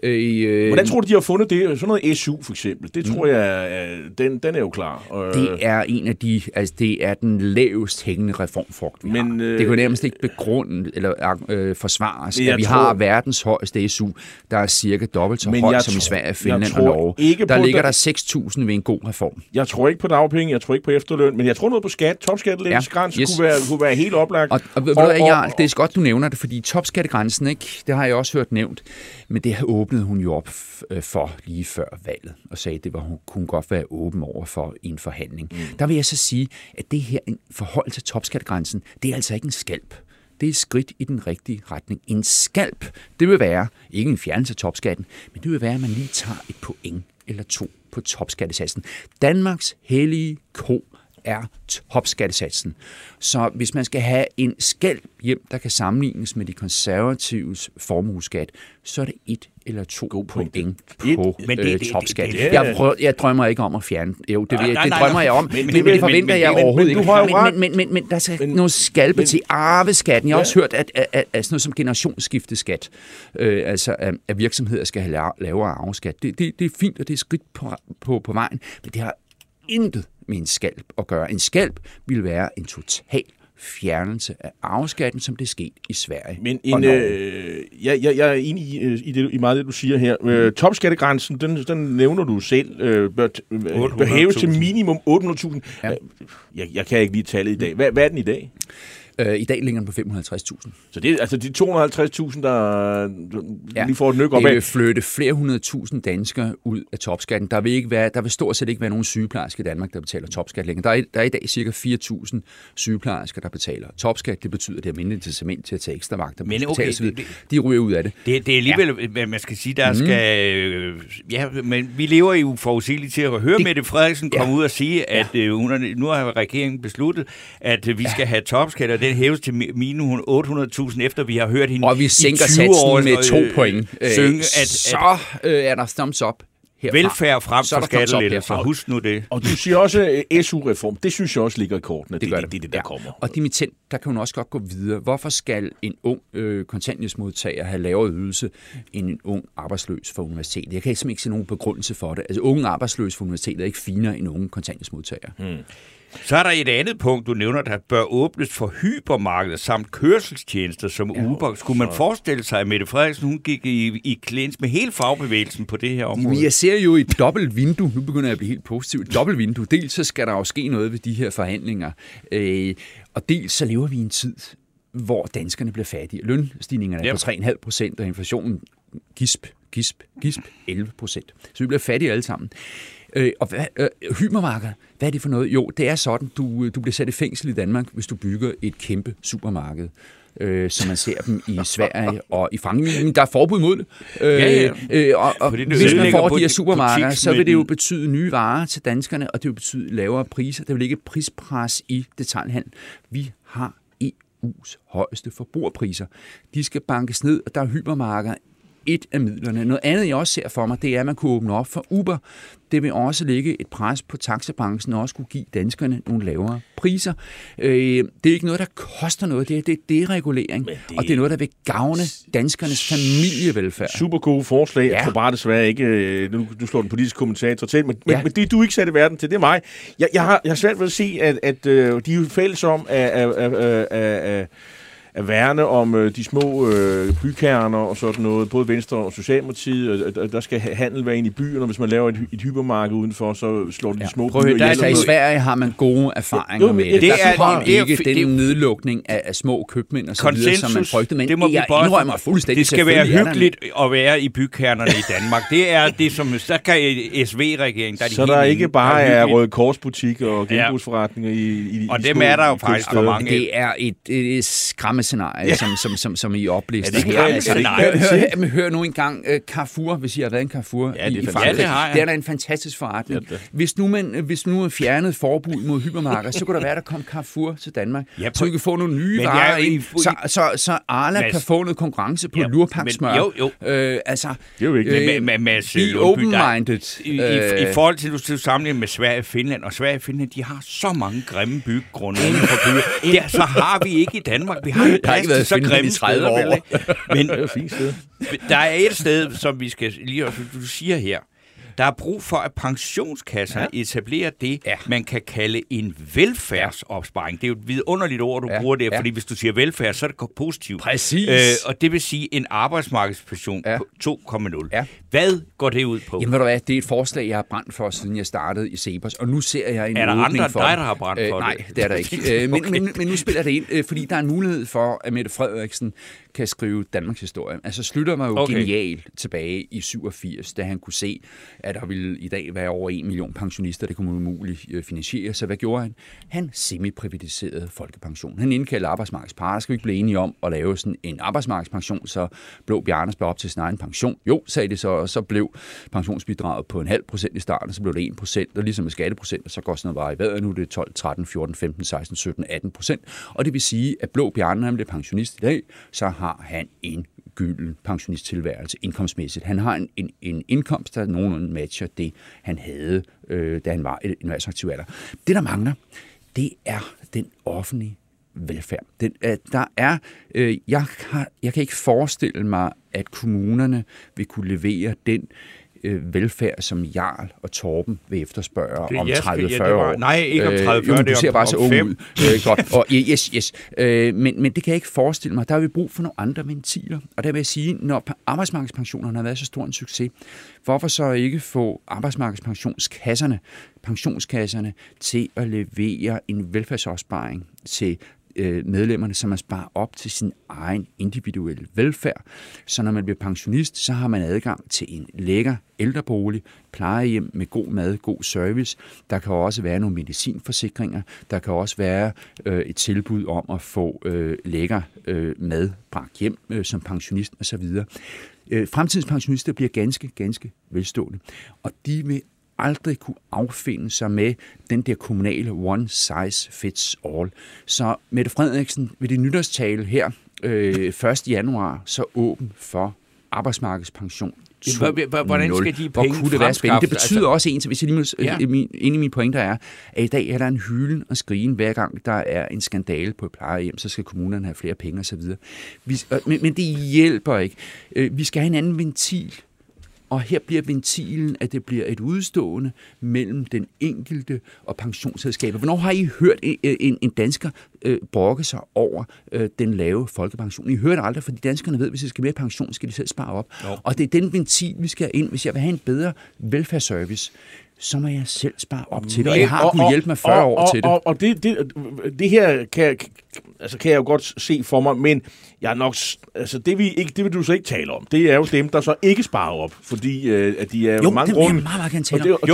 Øh, Hvordan tror du, de har fundet det? Sådan noget S U for eksempel. Det tror mm. jeg, den, den er jo klar. Det er en af de... Altså, det er den lavest hængende reform reformfrugt, vi Men, har. øh, Det kan jo nærmest ikke begrunde eller øh, forsvares, jeg at vi tror, har verdens højeste S U, der er cirka dobbelt så højt som tror, i Sverige, Finland og tror Norge. ikke Der på, ligger der der seks tusind ved en god reform. Jeg tror ikke på dagpenge, jeg tror ikke på efterløn, men jeg tror noget på skat. Topskattelændelsesgrænsen Ja, yes. kunne, være, kunne være helt oplagt. Og, og ved du hvad, Jarl, det er godt, du nævner det, fordi topskattegrænsen, ikke, det har jeg også hørt nævnt, men det åbnede hun jo op for lige før valget, og sagde, at det var, hun kunne godt være åben over for i en forhandling. Mm. Der vil jeg så sige, at det her forhold til topskattegrænsen, det er altså ikke en skalp. Det er et skridt i den rigtige retning. En skalp, det vil være, ikke en fjernelse af topskatten, men det vil være, at man lige tager et point eller to på topskattesatsen. Danmarks hellige ko er topskattesatsen. Så hvis man skal have en skalp hjem, der kan sammenlignes med de konservatives formueskat, så er det et eller to God point på et, men det, øh, topskat. Det, det, det, jeg, prøver, jeg drømmer ikke om at fjerne. Jo, det, nej, det, det nej, drømmer nej, jeg om, men, men, men det forventer men, jeg men, overhovedet men, ikke. Men, men, men, men, men der skal men, noget skalpe men, til arveskatten. Jeg har ja. også hørt, at, at, at, at sådan noget som generationsskifteskat, øh, altså at, at virksomheder skal have lavere arveskat, det, det, det er fint, og det er skridt på, på, på vejen, men det har intet med en skalp at gøre. En skalp vil være en total fjernelse af arveskatten, som det er sket i Sverige. Men en, øh, jeg, jeg, jeg er enig i, i, det, i meget af det, du siger her. Mm. Øh, topskattegrænsen, den, den nævner du selv, øh, bør, bør hæves til minimum otte hundrede tusind. Ja. Jeg, jeg kan ikke lige tallet i dag. Hvad, hvad er den i dag? Øh, I dag ligger den på fem hundrede og halvtreds tusind. Så det er altså de to hundrede og halvtreds tusind, der ja. lige får et nyk op af. Det vil flytte flere hundrede tusind danskere ud af topskatten. Der vil, ikke være, der vil stort set ikke være nogen sygeplejersker i Danmark, der betaler topskat længere. Der er, der er i dag cirka fire tusind sygeplejersker, der betaler topskat. Det betyder, at det er mindre incitament til at tage ekstra vagter. Men okay, det, de ryger ud af det. Det, det er alligevel, ja. man skal sige, der mm. skal... Ja, men vi lever jo forudsigeligt til at høre det, Mette Frederiksen komme ja. ud og sige, at ja. nu har regeringen besluttet, at vi ja. skal have topskat, og den hæves til minimum otte hundrede tusind, efter vi har hørt hende og vi sænker i tyve år med to øh, point. Synge, at, så øh, er der thumbs up herfra. Velfærd frem for skattelettelser. Husk nu det. Og du siger også uh, S U-reform. Det synes jeg også ligger i kortene. Det, det, det, det, det der ja. kommer. Og dimittend, der kan hun også godt gå videre. Hvorfor skal en ung øh, kontanthjælpsmodtager have lavere ydelse end en ung arbejdsløs for universitetet? Jeg kan simpelthen ikke se nogen begrundelse for det. Altså, unge arbejdsløse for universitetet er ikke finere end unge kontanthjælpsmodtagere. Hmm. Så er der et andet punkt, du nævner, der bør åbnes for hypermarkeder samt kørselstjenester som ja, Uber. Skulle man forestille sig, at Mette Frederiksen hun gik i, i klins med hele fagbevægelsen på det her område? Jeg ser jo et dobbelt vindue. Nu begynder jeg at blive helt positiv. Et dobbelt vindue. Dels så skal der jo ske noget ved de her forhandlinger. Øh, og dels så lever vi i en tid, hvor danskerne bliver fattige. Lønstigningerne er yep. på tre komma fem procent, og inflationen gisp, gisp, gisp elleve procent. Så vi bliver fattige alle sammen. Øh, og hvad, øh, hypermarkeder, hvad er det for noget? Jo, det er sådan, du, du bliver sat i fængsel i Danmark, hvis du bygger et kæmpe supermarked, øh, som man ser dem i Sverige og i Frankrig. Men der er forbud mod det. Øh, ja, ja. Øh, og og hvis man får de her supermarkeder, så vil det jo betyde nye varer til danskerne, og det vil betyde lavere priser. Der vil ikke prispres i detailhandel. Vi har E U's højeste forbrugerpriser. De skal bankes ned, og der er hypermarkeder et af midlerne. Noget andet, jeg også ser for mig, det er, at man kunne åbne op for Uber. Det vil også lægge et pres på taxabranchen og også kunne give danskerne nogle lavere priser. Øh, det er ikke noget, der koster noget. Det er, det er deregulering, det... og det er noget, der vil gavne danskernes familievelfærd. Super gode forslag. Ja. Jeg tror bare desværre ikke, nu du slår den politiske kommentator til, men, ja. men det du ikke satte i verden til, det er mig. Jeg, jeg, har, jeg har svært ved at se, at, at uh, de er fælles om at, at, at, at, at at værne om øh, de små øh, bykerner og sådan noget, både Venstre og Socialdemokratiet, og der skal handel være ind i byen, og hvis man laver et, et hypermarked udenfor, så slår de ja, små byer ihjel. Altså, i Sverige har man gode erfaringer jo, med det. Det er, der det er ikke det er, den nedlukning af, af små købmænd og så videre, som man frygtede, men det må jeg indrømmer fuldstændig. Det skal være hyggeligt at være i bykernerne i Danmark. Det er det, som så kan S V-regeringen, der er de så der ikke bare er Røde Kors-butikker og genbrugsforretninger i, i, i og dem er der jo faktisk for mange. Det er et, et skræmmescenarie, ja. som, som, som, som I oplister. Ja, det er altså, hør, hør, hør nu engang uh, Carrefour, hvis I har været en Carrefour ja, i, i Frankrig. Ja, det, har jeg. Det er da en fantastisk forretning. Ja, hvis nu man hvis nu er fjernet forbud mod hypermarkeder, så kunne der være, der kom Carrefour til Danmark, ja, på, så vi kan få nogle nye varer ind, så, så, så Arla Mads, kan få noget konkurrence på ja, lurpaksmør. Jo, jo. Øh, altså, det er jo ikke øh, med, med, be open-minded. I, i, I forhold til, at du sammenligner med Sverige og Finland, og Sverige og Finland, de har så mange grimme byggegrunde inden for byer. Ja, så har vi ikke i Danmark. Vi har ikke været så grimme tredive år. Men det er et fint sted. Der er et sted, som vi skal lige også, du siger her, Der er brug for, at pensionskasserne ja. etablerer det, ja. man kan kalde en velfærdsopsparing. Det er jo et vidunderligt ord, du ja. bruger der, ja. fordi hvis du siger velfærd, så er det positivt. Præcis. Øh, og det vil sige en arbejdsmarkedspension ja. på to komma nul. Ja. Hvad går det ud på? Jamen ved du hvad, det er et forslag, jeg har brændt for, siden jeg startede i CEPOS, og nu ser jeg en er der åbning andre for... dig, der har brændt for øh, det? Nej, det er der ikke. øh, men, okay. men, men nu spiller det ind, øh, fordi der er en mulighed for, at Mette Frederiksen kan skrive Danmarks historie. Altså Slytter var jo okay. genial tilbage i syvogfirs, da han kunne se, at der ville i dag være over en million pensionister, det kunne man umuligt finansiere. Så hvad gjorde han? Han semi-privatiserede folkepension. Han indkaldte arbejdsmarkedets parter. Skal vi ikke blive enige om at lave sådan en arbejdsmarkedspension, så Blå Bjarne spare op til sin egen pension? Jo, sagde det så, og så blev pensionsbidraget på en halv procent i starten, så blev det en procent, og ligesom med skatteprocent, så går sådan noget bare i vejret. Nu er det tolv, tretten, fjorten, femten, seksten, sytten, atten procent. Og det vil sige, at Blå Bjarne, når han bliver pensionist i dag, så har han en gylden pensionisttilværelse indkomstmæssigt. Han har en, en, en indkomst, der nogenlunde matcher det, han havde, øh, da han var i en erhvervsaktiv alder. Det, der mangler, det er den offentlige velfærd. Den, øh, der er, øh, jeg, har, jeg kan ikke forestille mig, at kommunerne vil kunne levere den øh, velfærd, som Jarl og Torben vil efterspørge om tredive til fyrre ja, år. Nej, ikke om tredive til fyrre, øh, jo, du ser bare så ung ud. Øh, godt. Og, yes, yes. Øh, men, men det kan jeg ikke forestille mig. Der har vi brug for nogle andre ventiler. Og der vil jeg sige, når arbejdsmarkedspensionerne har været så stor en succes, hvorfor så ikke få arbejdsmarkedspensionskasserne, pensionskasserne til at levere en velfærdsopsparing til medlemmerne, som man sparer op til sin egen individuelle velfærd. Så når man bliver pensionist, så har man adgang til en lækker ældrebolig, plejehjem med god mad, god service. Der kan også være nogle medicinforsikringer. Der kan også være øh, et tilbud om at få øh, lækker øh, mad bragt hjem øh, som pensionist osv. Øh, fremtidens pensionister bliver ganske, ganske velstående. Og de vil aldrig kunne affinde sig med den der kommunale one size fits all. Så Mette Frederiksen ved det nytårstale her øh, første januar så åben for arbejdsmarkedspension. Hvordan skal de penge kunne det være spændende? Det betyder altså, også en, hvis jeg lige må, ja. en af mine pointer er, at i dag er der en hylen og skrigen, hver gang der er en skandale på et plejehjem, så skal kommunerne have flere penge osv. Men, men det hjælper ikke. Vi skal have en anden ventil. Og her bliver ventilen, at det bliver et udstående mellem den enkelte og pensionsselskabet. Hvornår har I hørt en, en dansker øh, brokke sig over øh, den lave folkepension? I hører det aldrig, fordi danskerne ved, at hvis de skal mere pension, skal de selv spare op. Jo. Og det er den ventil, vi skal ind. Hvis jeg vil have en bedre velfærdsservice, så må jeg selv spare op til det, og jeg har kunnet hjælpe mig fyrre og, år og, til det. Og, og det, det, det her kan, altså kan jeg jo godt se for mig, men jeg er nok, altså det, vi ikke, det vil du så ikke tale om. Det er jo dem, der så ikke sparer op, fordi øh, at de er jo, mange grunde. Jo, det meget, meget gerne tale om.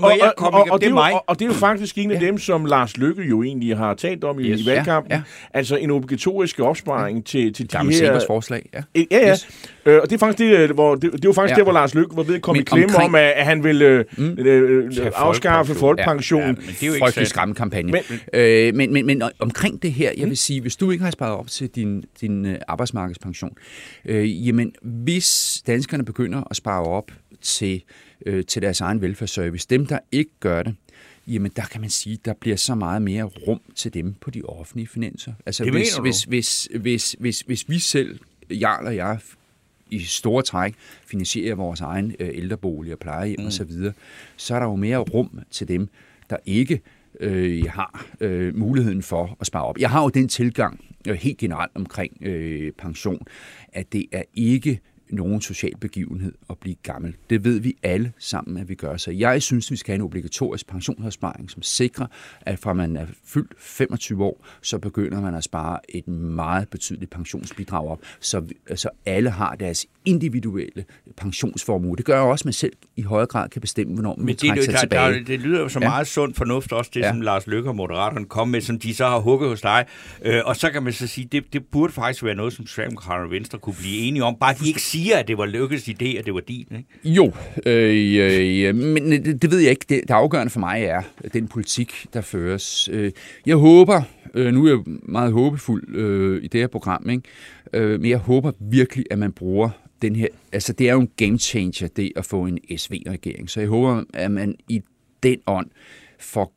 Og det er jo faktisk en af ja. dem, som Lars Løkke jo egentlig har talt om i, yes. i valgkampen. Ja, ja. Altså en obligatorisk opsparing ja. til, til de Gamle her... forslag, ja. Ja, ja. Yes. Øh, og det er faktisk det, hvor, det, det var faktisk ja. der, hvor Lars Løkke var ved at komme i klemme omkring... om, at, at han ville mm. øh, øh, afskaffe folkepensionen. Ja, ja, det er jo frygtelig skræmmekampagne. Men, øh, men, men, men omkring det her, jeg vil sige, hvis du ikke har sparet op til din, din uh, arbejdsmarkedspension, øh, jamen hvis danskerne begynder at spare op til, øh, til deres egen velfærdsservice, dem der ikke gør det, jamen der kan man sige, der bliver så meget mere rum til dem på de offentlige finanser. Altså det hvis, hvis, hvis, hvis, hvis, hvis vi selv, Jarl og jeg, i store træk finansierer vores egen øh, ældrebolig og plejehjem mm. osv., så, så er der jo mere rum til dem, der ikke øh, har øh, muligheden for at spare op. Jeg har jo den tilgang øh, helt generelt omkring øh, pension, at det er ikke nogen social begivenhed at blive gammel. Det ved vi alle sammen, at vi gør. Så jeg synes, vi skal have en obligatorisk pensionsopsparing, som sikrer, at fra man er fyldt femogtyve år, så begynder man at spare et meget betydeligt pensionsbidrag op, så, så alle har deres individuelle pensionsformue. Det gør også, at man selv i højere grad kan bestemme, hvornår man vil trække sig tilbage. Der, det lyder jo så ja. meget sund fornuft også, det ja. som Lars Løkke og Moderaterne kom med, som de så har hugget hos dig. Øh, og så kan man så sige, det, det burde faktisk være noget, som Socialdemokraterne og Venstre kunne blive enige om. Bare de ikke siger, at det var Løkkes idé, at det var din, ikke? Jo, øh, øh, men det, det ved jeg ikke. Det, det afgørende for mig er den politik, der føres. Øh, jeg håber, øh, nu er jeg meget håbefuld øh, i det her program, ikke? Øh, men jeg håber virkelig, at man bruger den her, altså det er jo en game changer, det at få en S V-regering. Så jeg håber, at man i den ånd får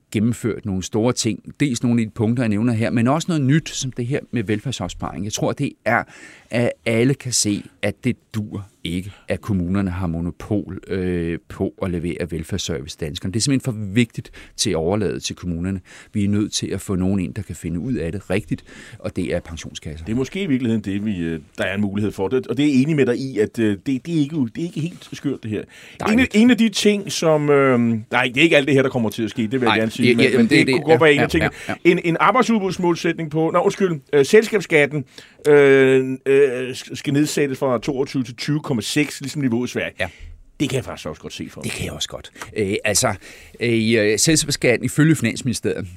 gennemført nogle store ting. Dels nogle af de punkter, jeg nævner her, men også noget nyt, som det her med velfærdsopsparing. Jeg tror, det er, at alle kan se, at det dur ikke, at kommunerne har monopol øh, på at levere velfærdsservice til danskerne. Det er simpelthen for vigtigt til at overlade til kommunerne. Vi er nødt til at få nogen ind, der kan finde ud af det rigtigt, og det er pensionskasser. Det er måske i virkeligheden det, vi, der er en mulighed for det, og det er jeg enig med dig i, at det, det, er, ikke, det er ikke helt skørt, det her. En, en af de ting, som... Øh, nej, det er ikke alt det her, der kommer til at ske, det vil jeg nej, gerne sige, ja, ja, men, men det, det, det kunne godt være ja, en af tingene. Ja, ja. En, en arbejdsudbudsmålsætning på... Nå, undskyld, øh, selskabsskatten øh, øh, skal nedsættes fra toogtyve til tyve komma seks, ligesom niveauet i Sverige. Ja. Det kan jeg faktisk også godt se for mig. Det kan jeg også godt. Øh, altså, øh, selskabsskatten ifølge Finansministeriet,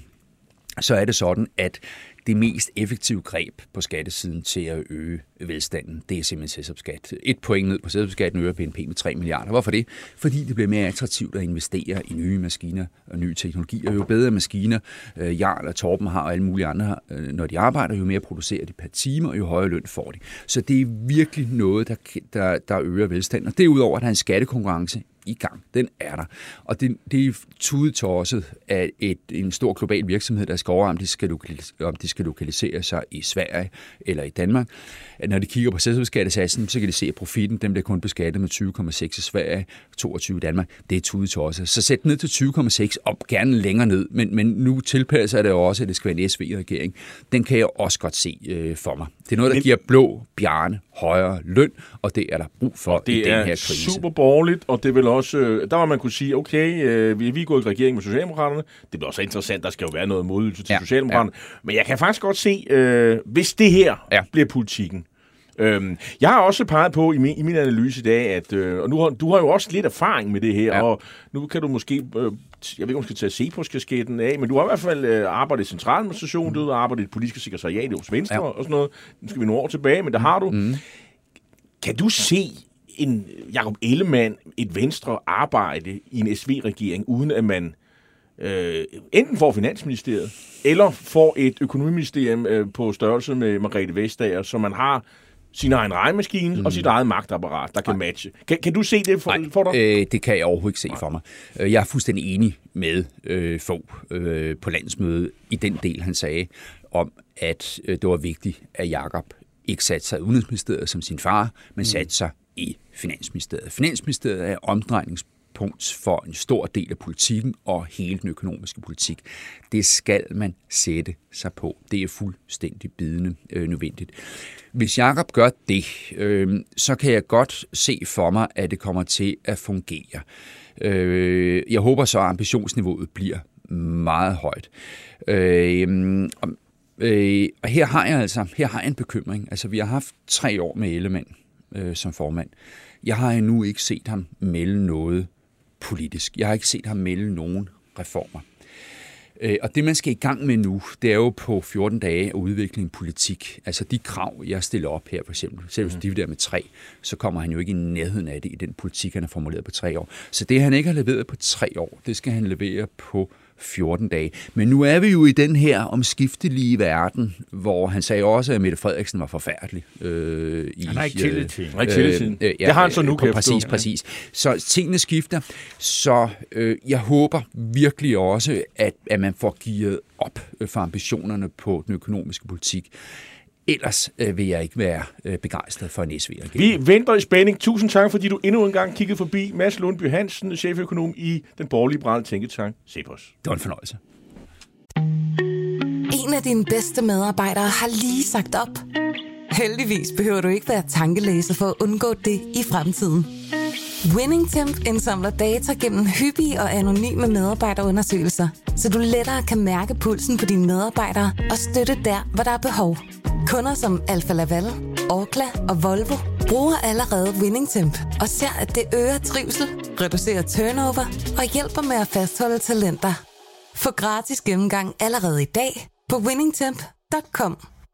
så er det sådan, at det mest effektive greb på skattesiden til at øge velstanden, det er simpelthen selskabsskat. Et point ned på selskabsskatten øger B N P med tre milliarder. Hvorfor det? Fordi det bliver mere attraktivt at investere i nye maskiner og nye teknologier. Jo bedre maskiner øh, Jarl og Torben har og alle mulige andre, øh, når de arbejder, jo mere producerer de per time, og jo højere løn får de. Så det er virkelig noget, der, der, der øger velstanden. Og derudover er der en skattekonkurrence i gang. Den er der. Og det, det er tudetosset af et, en stor global virksomhed, der skal over, om de skal, lokalis- om de skal lokalisere sig i Sverige eller i Danmark. Når de kigger på selskabsskattesatsen, så kan de se, at profitten den bliver kun beskattet med tyve komma seks i Sverige, toogtyve i Danmark. Det er tudetosset. Så sæt ned til tyve komma seks og gerne længere ned. Men, men nu tilpasser det jo også, at det skal være en S V-regering. Den kan jeg også godt se øh, for mig. Det er noget, der men, giver blå bjarne højere løn, og det er der brug for i den her krise. Det er super borgerligt, og det vil også, øh, der må man kunne sige, okay, øh, vi, vi er gået i regering med Socialdemokraterne. Det bliver også interessant, der skal jo være noget modydelse til ja, Socialdemokraterne. Ja. Men jeg kan faktisk godt se, øh, hvis det her ja. bliver politikken. Øhm, jeg har også peget på i min, i min analyse i dag, at øh, og nu har, du har jo også lidt erfaring med det her, ja. og nu kan du måske, øh, jeg ved ikke, om du skal tage Cepos-kasketten af, men du har i hvert fald øh, arbejdet i centraladministration, mm. du har arbejdet i et politisk sekretariat hos Venstre ja. og sådan noget. Nu skal vi nogle år tilbage, men der har du. Mm. Kan du se en Jakob Ellemann, et Venstre arbejde i en S V-regering, uden at man øh, enten får Finansministeriet, eller får et økonomiministerium øh, på størrelse med Margrethe Vestager, så man har sin egen regnmaskine mm. og sit eget magtapparat, der kan Nej. matche. Kan, kan du se det for, Nej, for dig? Øh, det kan jeg overhovedet ikke se Nej. for mig. Jeg er fuldstændig enig med øh, Fogh øh, på landsmødet i den del, han sagde, om at øh, det var vigtigt, at Jakob ikke satte sig i Udenrigsministeriet som sin far, men mm. satte sig i Finansministeriet. Finansministeriet er omdrejningspunkt for en stor del af politikken og hele den økonomiske politik. Det skal man sætte sig på. Det er fuldstændig bidende øh, nødvendigt. Hvis Jakob gør det, øh, så kan jeg godt se for mig, at det kommer til at fungere. Øh, jeg håber så, at ambitionsniveauet bliver meget højt. Øh, og, øh, og her har jeg altså her har jeg en bekymring. Altså, vi har haft tre år med Ellemann øh, som formand. Jeg har endnu ikke set ham melde noget politisk. Jeg har ikke set ham melde nogen reformer. Og det, man skal i gang med nu, det er jo på fjorten dage at udvikle en politik. Altså de krav, jeg stiller op her, for eksempel, selv hvis de der med tre, så kommer han jo ikke i nærheden af det i den politik, han har formuleret på tre år. Så det, han ikke har leveret på tre år, det skal han levere på fjorten dage. Men nu er vi jo i den her omskiftelige verden, hvor han sagde også, at Mette Frederiksen var forfærdelig. Øh, i, han har ikke tillid til. Øh, øh, øh, ja, det har han så nu, kan Præcis, præcis. Så tingene skifter. Så øh, jeg håber virkelig også, at, at man får givet op for ambitionerne på den økonomiske politik. Ellers øh, vil jeg ikke være øh, begejstret for en S V-regering. Vi venter i spænding. Tusind tak, fordi du endnu en gang kiggede forbi. Mads Lundby Hansen, cheføkonom i den borgerliberale tænketank Cepos. Det var en fornøjelse. En af dine bedste medarbejdere har lige sagt op. Heldigvis behøver du ikke være tankelæser for at undgå det i fremtiden. WinningTemp indsamler data gennem hyppige og anonyme medarbejderundersøgelser, så du lettere kan mærke pulsen på dine medarbejdere og støtte der, hvor der er behov. Kunder som Alfa Laval, Orkla og Volvo bruger allerede WinningTemp og ser, at det øger trivsel, reducerer turnover og hjælper med at fastholde talenter. Få gratis gennemgang allerede i dag på winningtemp punktum com.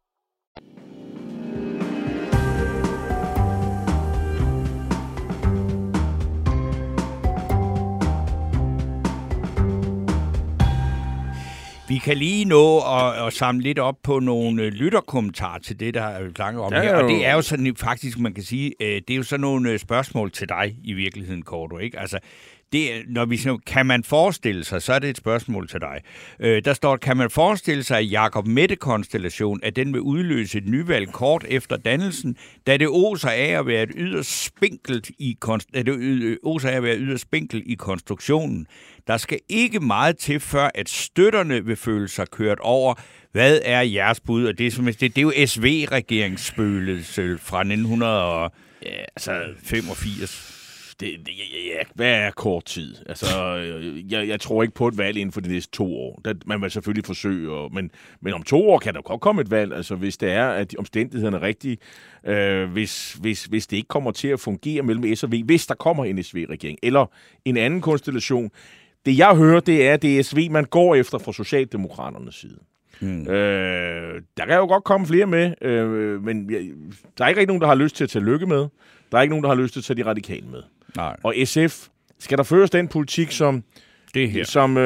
Vi kan lige nå at, at samle lidt op på nogle lytterkommentarer til det, der er snakket om ja, her. Og det er jo sådan faktisk, man kan sige, det er jo sådan nogle spørgsmål til dig i virkeligheden, Korto, ikke? Altså, det, når vi siger, kan man forestille sig, så er det et spørgsmål til dig. Øh, der står, kan man forestille sig, at Jakob Mette-konstellation, at den vil udløse et nyvalg kort efter dannelsen, da det oser af at være et yderst spinkelt i, da det oser af at være yderst spinkelt i konstruktionen. Der skal ikke meget til, før at støtterne vil føle sig kørt over. Hvad er jeres bud? Og det, er, som, det, det er jo S V-regeringsspøgelse fra nitten femogfirs. Det, det, ja, hvad er kort tid? Altså, jeg, jeg tror ikke på et valg inden for de næste to år. Der, man vil selvfølgelig forsøge, og, men, men om to år kan der godt komme et valg, altså hvis det er, at omstændighederne er rigtige, øh, hvis, hvis, hvis det ikke kommer til at fungere mellem S og V, hvis der kommer en S V-regering, eller en anden konstellation. Det jeg hører, det er, at det er S V, man går efter fra Socialdemokraternes side. Mm. Øh, der kan jo godt komme flere med, øh, men ja, der er ikke rigtig nogen, der har lyst til at tage Løkke med. Der er ikke nogen, der har lyst til at tage de radikale med. Nej. Og S F, skal der føres den politik, som, det her. som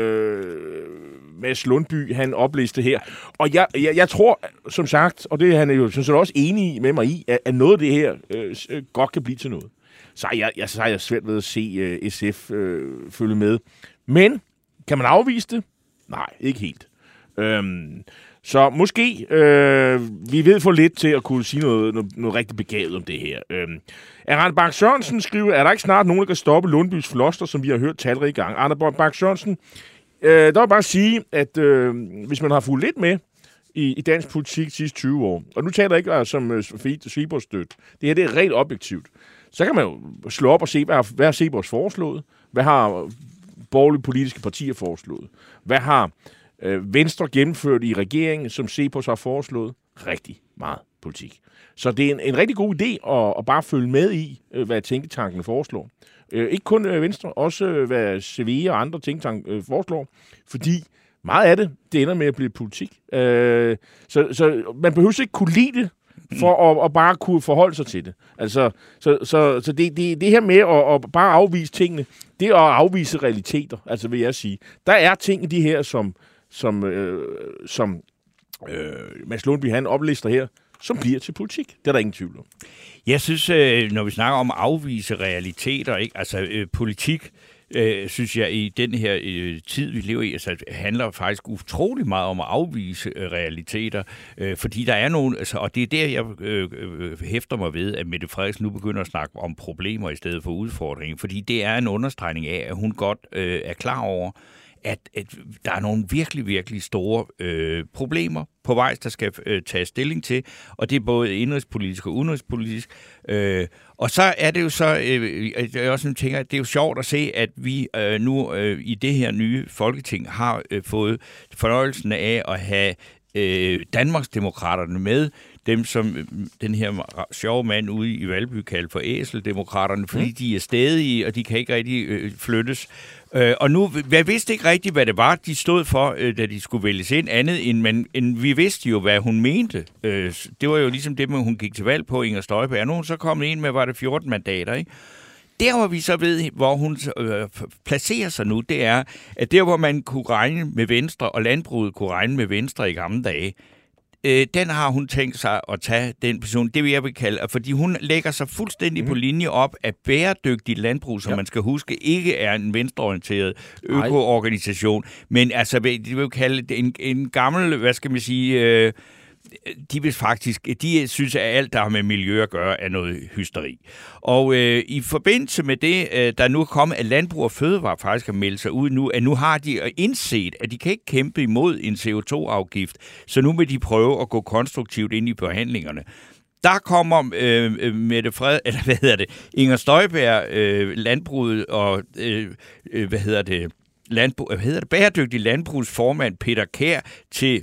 øh, Mads Lundby, han opliste her. Og jeg, jeg, jeg tror, som sagt, og det er han jo synes jeg også enig med mig i, at, at noget af det her øh, godt kan blive til noget. Så jeg, jeg, så er jeg svært ved at se uh, S F øh, følge med. Men, kan man afvise det? Nej, ikke helt. Øhm, så måske, øh, vi ved for lidt til at kunne sige noget, noget, noget rigtig begavet om det her. Øhm, Arne Bak Sørensen skriver, er der ikke snart nogen, der kan stoppe Lundbys floster, som vi har hørt talrige gange? Arne Bak Sørensen, øh, der vil bare sige, at øh, hvis man har fulgt lidt med i, i dansk politik de sidste tyve år, og nu taler jeg ikke altså, som uh, Seaborg støt, det her det er rent objektivt, så kan man jo slå op og se, hvad har, hvad har Seaborgs foreslået? Hvad har borgerlige politiske partier foreslået? Hvad har øh, Venstre gennemført i regeringen, som Seaborgs har foreslået? Rigtig meget politik. Så det er en, en rigtig god idé at, at bare følge med i, øh, hvad tænketankene foreslår. Øh, ikke kun øh, Venstre, også øh, hvad C V og andre tænketanke øh, foreslår, fordi meget af det, det ender med at blive politik. Øh, så, så man behøver ikke kunne lide det, for at, at bare kunne forholde sig til det. Altså, så så, så det, det, det her med at, at bare afvise tingene, det er at afvise realiteter, altså vil jeg sige. Der er ting i de her, som, som, øh, som øh, Mads Lundby han oplister her, som bliver til politik. Det er der ingen tvivl om. Jeg synes, øh, når vi snakker om at afvise realiteter, ikke? Altså øh, politik, Øh, synes jeg, i den her øh, tid, vi lever i, altså, handler faktisk utrolig meget om at afvise øh, realiteter, øh, fordi der er nogen, altså, og det er der, jeg øh, øh, hæfter mig ved, at Mette Frederiksen nu begynder at snakke om problemer i stedet for udfordringer, fordi det er en understregning af, at hun godt øh, er klar over, at, at der er nogle virkelig, virkelig store øh, problemer på vej, der skal øh, tages stilling til, og det er både indrigspolitisk og udenrigspolitisk. Øh, og så er det jo så, øh, jeg også tænker, at det er jo sjovt at se, at vi øh, nu øh, i det her nye Folketing har øh, fået fornøjelsen af at have øh, Danmarksdemokraterne med, dem som øh, den her sjove mand ude i Valby kaldte for æseldemokraterne, fordi mm. de er stædige, og de kan ikke rigtig øh, flyttes. Øh, og nu, jeg vidste ikke rigtigt, hvad det var, de stod for, øh, da de skulle vælges ind, andet end, men, end vi vidste jo, hvad hun mente. Øh, det var jo ligesom det, hun gik til valg på, Inger Støjberg. Nu er hun så kommet ind med, var det fjorten mandater, ikke? Der, hvor vi så ved, hvor hun øh, placerer sig nu, det er, at der, hvor man kunne regne med Venstre, og landbruget kunne regne med Venstre i gamle dage, øh, den har hun tænkt sig at tage, den person, det vil jeg vil kalde, fordi hun lægger sig fuldstændig mm. på linje op af bæredygtig landbrug, som ja. man skal huske, ikke er en venstreorienteret økoorganisation, men altså, det vil kalde det en, en gammel, hvad skal man sige, øh, de vil faktisk, de synes, at alt, der har med miljø at gøre, er noget hysteri. Og øh, i forbindelse med det, øh, der nu er kommet, at Landbrug og Fødevare faktisk har meldt sig ud nu, at nu har de indset, at de kan ikke kæmpe imod en C O to afgift, så nu vil de prøve at gå konstruktivt ind i forhandlingerne. Der kommer øh, Mette Fred, eller hvad hedder det, Inger Støjberg, øh, landbruget og, øh, hvad hedder det, landbrug, hvad hedder det, bæredygtig landbrugsformand Peter Kjær til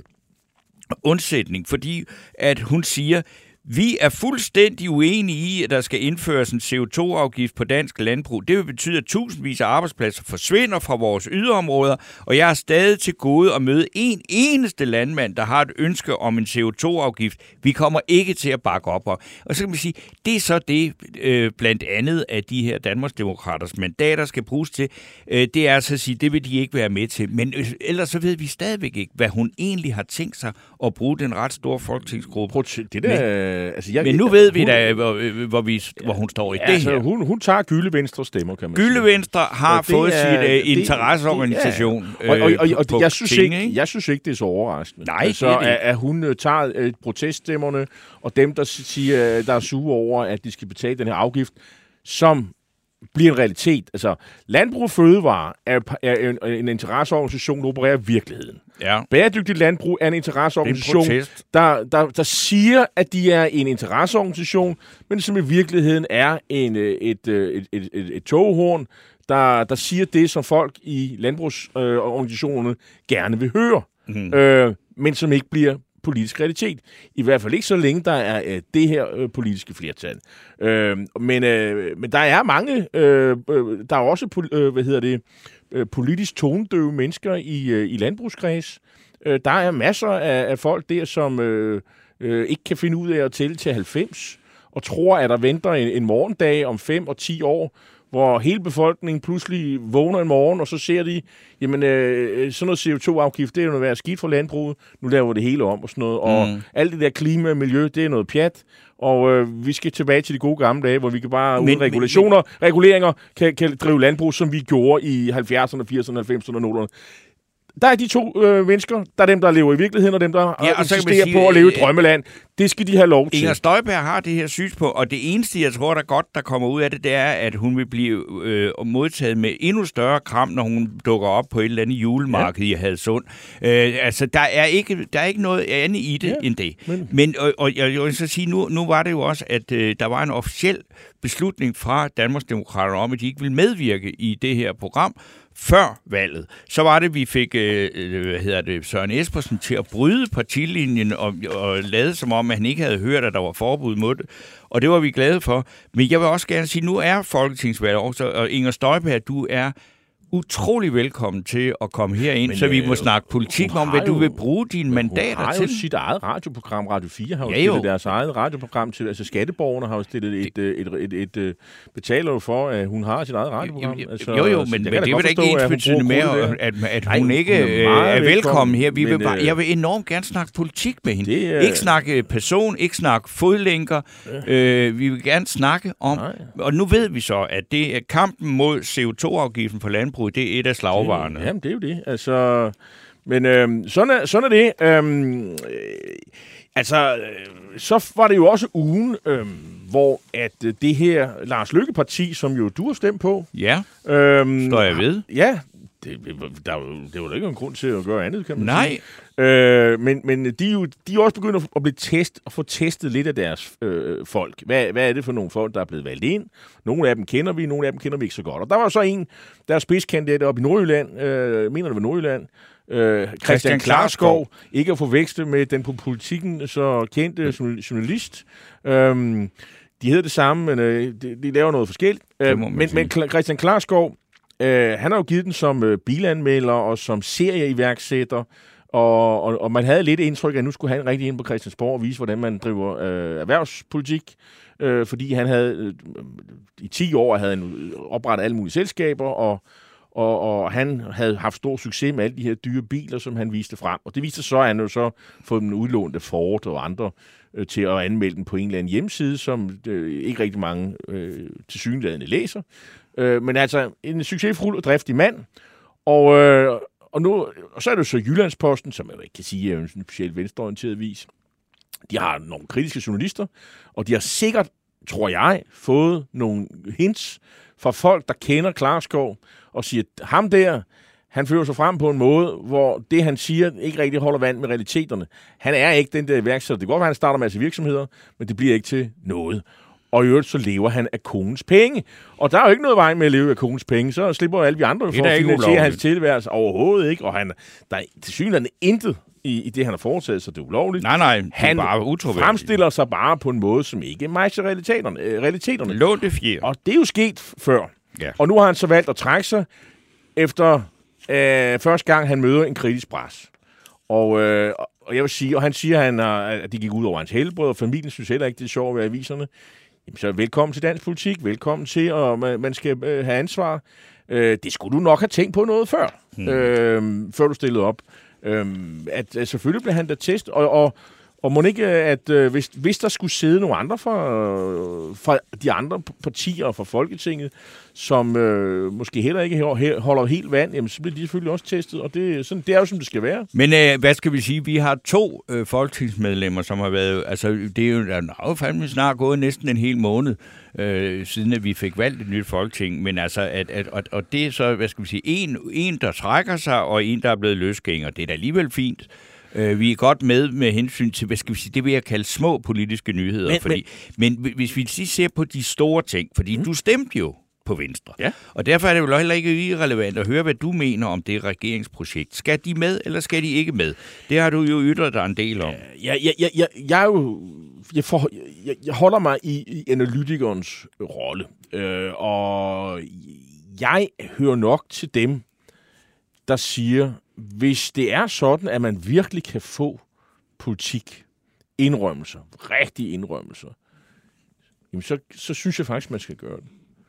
undsætning, fordi at hun siger, vi er fuldstændig uenige i, at der skal indføres en C O to afgift på dansk landbrug. Det vil betyde, at tusindvis af arbejdspladser forsvinder fra vores yderområder, og jeg er stadig til gode at møde en eneste landmand, der har et ønske om en C O to afgift. Vi kommer ikke til at bakke op. Og så kan man sige, det er så det, øh, blandt andet af de her Danmarksdemokraters mandater skal bruges til. Øh, det er altså at sige, det vil de ikke være med til. Men øh, ellers så ved vi stadigvæk ikke, hvad hun egentlig har tænkt sig at bruge den ret store folketingsgruppe. Det der Øh, altså, jeg, Men nu ved vi da, hvor, hvor, vi, hvor hun står i ja, det altså, her. Hun, hun tager Gylde Venstre stemmer, kan man Gylde sige. Venstre har fået er, sit uh, det, interesseorganisation. Det, ja. og, og, og, og, og jeg, synes ting, ikke, jeg synes ikke, det er så overraskende. Nej, altså, det er det at, at hun uh, tager uh, proteststemmerne, og dem, der siger, der er sure over, at de skal betale den her afgift, som bliver en realitet. Altså, Landbrug Fødevare er, er en, en interesseorganisation, der opererer i virkeligheden. Ja. Bæredygtigt Landbrug er en interesseorganisation, en der, der, der siger, at de er en interesseorganisation, men som i virkeligheden er en, et, et, et, et, et, et toghorn, der, der siger det, som folk i landbrugsorganisationerne øh, gerne vil høre, mm. øh, men som ikke bliver politisk realitet. I hvert fald ikke så længe, der er øh, det her øh, politiske flertal. Øh, men, øh, men der er mange, øh, der er også, øh, hvad hedder det, øh, politisk tonedøve mennesker i, øh, i landbrugskreds. Øh, der er masser af, af folk der, som øh, øh, ikke kan finde ud af at tælle til halvfems, og tror, at der venter en, en morgendag om fem og ti år, hvor hele befolkningen pludselig vågner en morgen, og så ser de, jamen øh, sådan noget C O to afgift, det er jo noget værd skidt for landbruget, nu laver det hele om og sådan noget, og mm. alt det der klima og miljø, det er noget pjat, og øh, vi skal tilbage til de gode gamle dage, hvor vi kan bare uden regulationer, men, reguleringer, kan, kan drive landbrug, som vi gjorde i halvfjerdserne, firserne, halvfemserne og nullerne. Der er de to øh, mennesker, der er dem, der lever i virkeligheden, og dem, der ja, insisterer sige, på at leve i drømmeland. Det skal de have lov til. Inger Støjberg har det her synspunkt, og det eneste, jeg tror, der godt, der kommer ud af det, det er, at hun vil blive øh, modtaget med endnu større kram, når hun dukker op på et eller andet julemarked ja. i Hadsund. Øh, altså, der er, ikke, der er ikke noget andet i det ja, end det. Men, men og, og jeg vil så sige, nu, nu var det jo også, at øh, der var en officiel beslutning fra Danmarksdemokraterne om, at de ikke ville medvirke i det her program, før valget. Så var det, vi fik øh, hvad hedder det, Søren Espersen til at bryde partilinjen og, og lade som om, at han ikke havde hørt, at der var forbud mod det. Og det var vi glade for. Men jeg vil også gerne sige, nu er folketingsvalget også, og Inger Støjberg, du er utrolig velkommen til at komme herind, men, så vi må øh, snakke politik om, hvad jo, du vil bruge dine mandater til. Hun har jo sit eget radioprogram. Radio fire har jo ja, stillet jo. deres eget radioprogram til. Altså skatteborgerne har jo stillet et, et, et, et, et betaler jo for, at hun har sit eget radioprogram. Altså, jo, jo, men, men det er vel ikke ensbetydende med, at, at, at Nej, hun ikke hun er, er velkommen her. Vi men, vil bare, jeg vil enormt gerne snakke politik med hende. Det, uh... Ikke snakke person, ikke snakke fodlænker. Ja. Øh, vi vil gerne snakke om, Nej. og nu ved vi så, at det er kampen mod C O to afgiften for landbrug. Det er et af slagvarerne. Jamen, det er jo det. Altså, men øhm, sådan, er, sådan er det. Øhm, øh, altså, øh, så var det jo også ugen, øh, hvor at øh, det her Lars Løkke-parti, som jo du har stemt på. Ja, øhm, står jeg ved. Ja, det, der, det var da ikke en grund til at gøre andet, kan man Nej. sige. Øh, men men de, er jo, de er også begyndt at, blive test, at få testet lidt af deres øh, folk. Hvad, hvad er det for nogle folk, der er blevet valgt ind? Nogle af dem kender vi, nogle af dem kender vi ikke så godt. Og der var så en, der er spidskandidat oppe i Nordjylland, øh, mener det var Nordjylland, øh, Christian Klarskov, ikke at forveksle med den på politikken så kendte journalist. Øh, de hedder det samme, men øh, de, de laver noget forskelligt. Øh, men, men Christian Klarskov, øh, han har jo givet den som øh, bilanmelder og som serieiværksætter. Og, og, og man havde lidt indtryk af, at nu skulle han rigtig ind på Christiansborg og vise, hvordan man driver øh, erhvervspolitik. Øh, fordi han havde øh, i ti år havde han oprettet alle mulige selskaber, og, og, og han havde haft stor succes med alle de her dyre biler, som han viste frem. Og det viste så, at han jo så fået dem udlånt af Ford og andre øh, til at anmelde dem på en eller anden hjemmeside, som øh, ikke rigtig mange øh, tilsyneladende læser. Øh, men altså en succesfuld og driftig mand. Og... Øh, Og, nu, og så er det jo så Jyllandsposten, som jeg ikke kan sige er en specielt venstreorienteret vis. De har nogle kritiske journalister, og de har sikkert, tror jeg, fået nogle hints fra folk, der kender Klarskov, og siger, at ham der, han fører sig frem på en måde, hvor det, han siger, ikke rigtig holder vand med realiteterne. Han er ikke den der iværksætter. Det går godt være, han starter med virksomheder, men det bliver ikke til noget. Og i øvrigt så lever han af kongens penge. Og der er jo ikke noget vej med at leve af kongens penge. Så slipper alle vi andre for at finansiere hans tilværelse overhovedet ikke. Og han, der er tilsyneladende intet i, i det, han har foretaget, så det er ulovligt. Nej, nej, det han er bare utroværdigt. Fremstiller sig bare på en måde, som ikke matcher realiteterne. Øh, realiteterne. Lån det fjer. Og det er jo sket før. Ja. Og nu har han så valgt at trække sig efter øh, første gang, han møder en kritisk pres. Og... Øh, Og jeg vil sige, og han siger, han har, at det gik ud over hans helbred, og familien synes heller ikke, det er sjovt at være i aviserne. Jamen, så velkommen til dansk politik, velkommen til, at man, man skal øh, have ansvar. Øh, det skulle du nok have tænkt på noget før, hmm. øh, før du stillede op. Øh, at, at selvfølgelig blev han da test, og, og, Og må ikke, at øh, hvis, hvis der skulle sidde nogle andre fra, øh, fra de andre partier og fra Folketinget, som øh, måske heller ikke holder helt vand, jamen, så bliver de selvfølgelig også testet, og det, sådan, det er jo, som det skal være. Men øh, hvad skal vi sige? Vi har to øh, folketingsmedlemmer, som har været... Altså, det er jo, der er jo fandme snart gået næsten en hel måned, øh, siden at vi fik valgt et nyt folketing. Men altså, at, at, og, og det er så, hvad skal vi sige, en, en, der trækker sig, og en, der er blevet løsgænger. Det er da alligevel fint. Vi er godt med med hensyn til, hvad skal vi sige, det vil jeg kalde små politiske nyheder. Men, fordi, men, men hvis vi lige ser på de store ting, fordi mm. du stemte jo på Venstre, ja. Og derfor er det jo heller ikke irrelevant at høre, hvad du mener om det regeringsprojekt. Skal de med, eller skal de ikke med? Det har du jo ytret dig en del om. Ja, jeg, jeg, jeg, jeg, er jo, jeg, for, jeg, jeg holder mig i, i analytikernes rolle, øh, og jeg hører nok til dem, der siger, hvis det er sådan, at man virkelig kan få politik, indrømmelser, rigtige indrømmelser, jamen så, så synes jeg faktisk, man skal gøre det.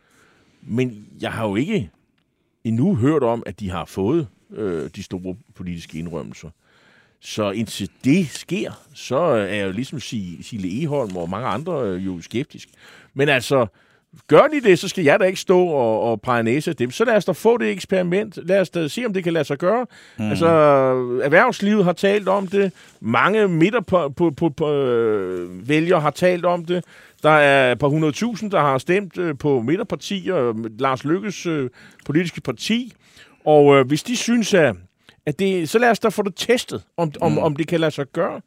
Men jeg har jo ikke endnu hørt om, at de har fået øh, de store politiske indrømmelser. Så indtil det sker, så er jeg jo ligesom Sille Egholm og mange andre øh, jo skeptisk. Men altså, gør de det, så skal jeg da ikke stå og, og pege næse af dem. Så lad os da få det eksperiment. Lad os da se, om det kan lade sig gøre. Mm. Altså, erhvervslivet har talt om det. Mange midter på, på, på, på øh, vælgere har talt om det. Der er et par hundrede tusind, der har stemt øh, på midterpartier, Lars Løkkes øh, politiske parti. Og øh, hvis de synes, at, at det, så lad os da få det testet, om, om, mm. om det kan lade sig gøre.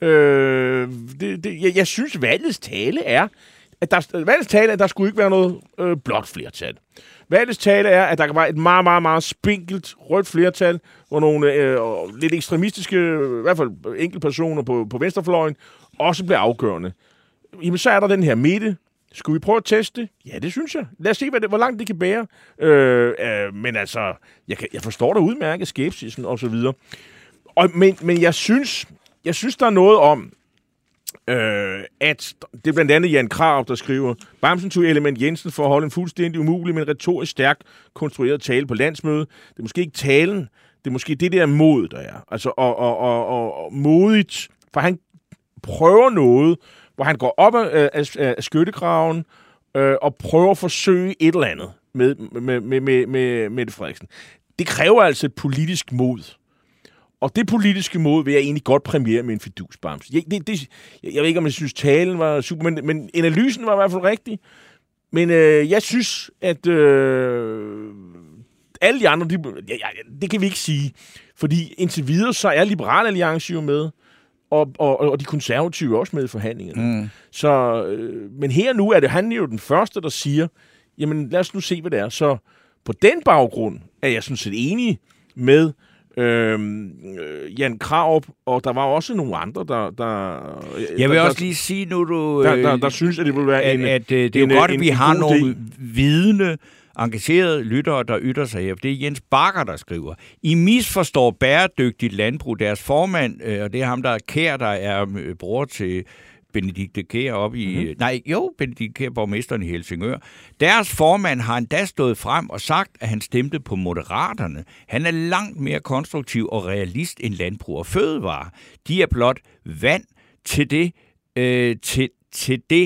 Øh, det, det, jeg, jeg synes, valgets tale er, at der, valgets tale er, at der skulle ikke være noget øh, blåt flertal. Valgets tale er, at der var et meget, meget, meget spinkelt rødt flertal, hvor nogle øh, lidt ekstremistiske, i hvert fald enkeltpersoner på, på venstrefløjen, også blev afgørende. Jamen, så er der den her midte. Skulle vi prøve at teste det? Ja, det synes jeg. Lad os se, hvad det, hvor langt det kan bære. Øh, øh, men altså, jeg, kan, jeg forstår da udmærket skepsisen og så videre. Og, men, men jeg synes, jeg synes, der er noget om, øh, at det er blandt andet Jan Krarup, der skriver, Bamsen tog Element Jensen for at holde en fuldstændig umulig, men retorisk stærkt konstrueret tale på landsmødet. Det er måske ikke talen, det er måske det der mod, der er. Altså, og, og, og, og, og modigt, for han prøver noget, hvor han går op af, af, af skyttegraven øh, og prøver at forsøge et eller andet med, med, med, med, med Mette Frederiksen. Det kræver altså et politisk mod. Og det politiske mod vil jeg egentlig godt præmiere med en fidusbamse. Jeg, det, det, jeg ved ikke, om jeg synes, talen var super, men, men analysen var i hvert fald rigtig. Men øh, jeg synes, at øh, alle de andre, de, ja, ja, det kan vi ikke sige. Fordi indtil videre, så er Liberal Alliance jo med, Og, og, og de konservative er også med i forhandlingerne. Mm. Så, øh, men her nu er det han jo den første, der siger, jamen lad os nu se, hvad det er. Så på den baggrund er jeg sådan set enig med øh, Jan Krarup, og der var også nogle andre, der... der jeg vil der, også der, lige sige nu, du... Der, der, der synes, at det vil være at, en... At, at det er en, jo godt, en, at vi en har nogle del. vidne, engagerede lyttere, der ytter sig her. Det er Jens Bakker, der skriver. I misforstår bæredygtigt landbrug. Deres formand, og det er ham, der er Kjær, der er bror til Benedikte Kjær op i... Mm-hmm. Nej, jo, Benedikte Kjær, borgmesteren i Helsingør. Deres formand har endda stået frem og sagt, at han stemte på Moderaterne. Han er langt mere konstruktiv og realist end landbrug og fødevare. De er blot vand til det, øh, til, til det,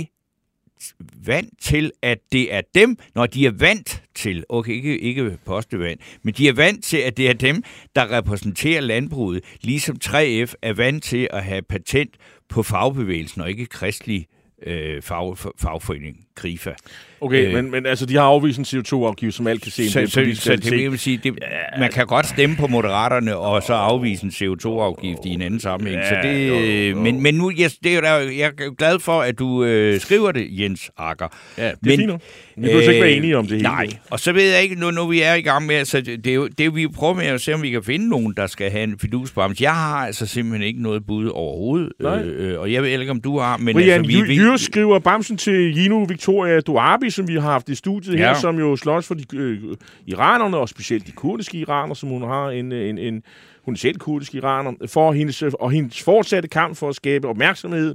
vant til, at det er dem, når de er vant til, okay, ikke, ikke postevand, men de er vant til, at det er dem, der repræsenterer landbruget, ligesom tre F er vant til at have patent på fagbevægelsen, og ikke kristelig øh, fag, fagforening, Krifa. Okay, øh, men, men altså, de har afvist en C O to afgift, som alt kan se. Så, så, så det vil sige, det, man kan godt stemme på Moderaterne, og så afvise en C O to afgift i en anden sammenhæng. Ja, så det, jo, jo. Men, men nu, jeg, det er jo der, jeg er glad for, at du øh, skriver det, Jens Akker. Ja, det er men, fint. Vi kan øh, ikke være enige om det hele. Nej, og så ved jeg ikke, nu, nu vi er i gang med, så det er jo, det er, vi prøver med at se, om vi kan finde nogen, der skal have en fidusbamse. Jeg har altså simpelthen ikke noget bud overhovedet, øh, og jeg ved ikke, om du har. Men Brian, altså, vi, Jyrs skriver bamsen til Gino Victoria Duarbi, som vi har haft i studiet ja. her, som jo slås for de øh, iranerne, og specielt de kurdiske iranere, som hun har en, en, en hun er selv kurdisk iraner, for hendes, og hendes fortsatte kamp for at skabe opmærksomhed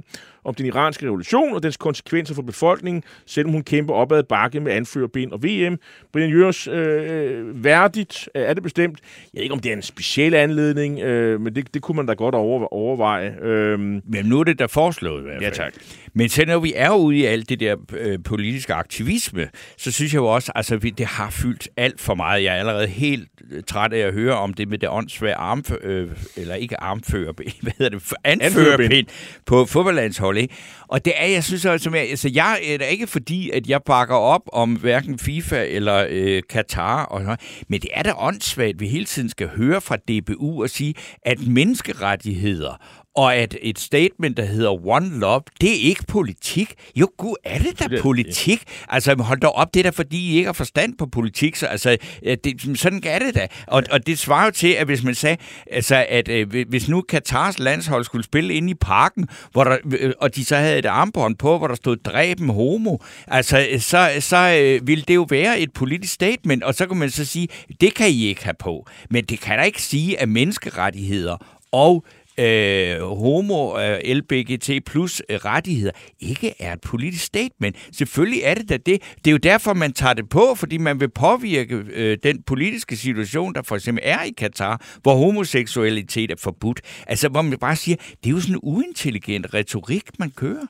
om den iranske revolution og dens konsekvenser for befolkningen, selvom hun kæmper op ad bakke med anførerbind og V M. Brian Jørs, øh, værdigt er det bestemt. Jeg ved ikke, om det er en speciel anledning, øh, men det, det kunne man da godt over, overveje. Øh, men nu er det da foreslået i hvert fald. Ja, tak. Men så når vi er ude i alt det der øh, politiske aktivisme, så synes jeg jo også, altså det har fyldt alt for meget. Jeg er allerede helt træt af at høre om det med det åndssvage armfører, øh, eller ikke armfører, hvad hedder det, anførerpind på fodboldlandshold, ikke? Og det er, jeg synes også, altså jeg er da ikke fordi, at jeg bakker op om hverken FIFA eller øh, Katar, og, men det er da åndssvagt, at vi hele tiden skal høre fra D B U og sige, at menneskerettigheder og at et statement, der hedder One Love, det er ikke politik. Jo, gud, er det da politik? Altså, hold da op, det er da, fordi I ikke har forstand på politik. Så, altså, det, sådan er det da. Og, og det svarer jo til, at hvis man sagde, altså, at øh, hvis nu Katars landshold skulle spille inde i parken, hvor der, øh, og de så havde et armbånd på, hvor der stod dræben homo, altså, så, så øh, ville det jo være et politisk statement, og så kan man så sige, det kan I ikke have på. Men det kan da ikke sige, at menneskerettigheder og Øh, homo, øh, L G B T plus øh, rettigheder ikke er et politisk statement. Selvfølgelig er det da det. Det er jo derfor, man tager det på, fordi man vil påvirke øh, den politiske situation, der for eksempel er i Katar, hvor homoseksualitet er forbudt. Altså, hvor man bare siger, det er jo sådan en uintelligent retorik, man kører.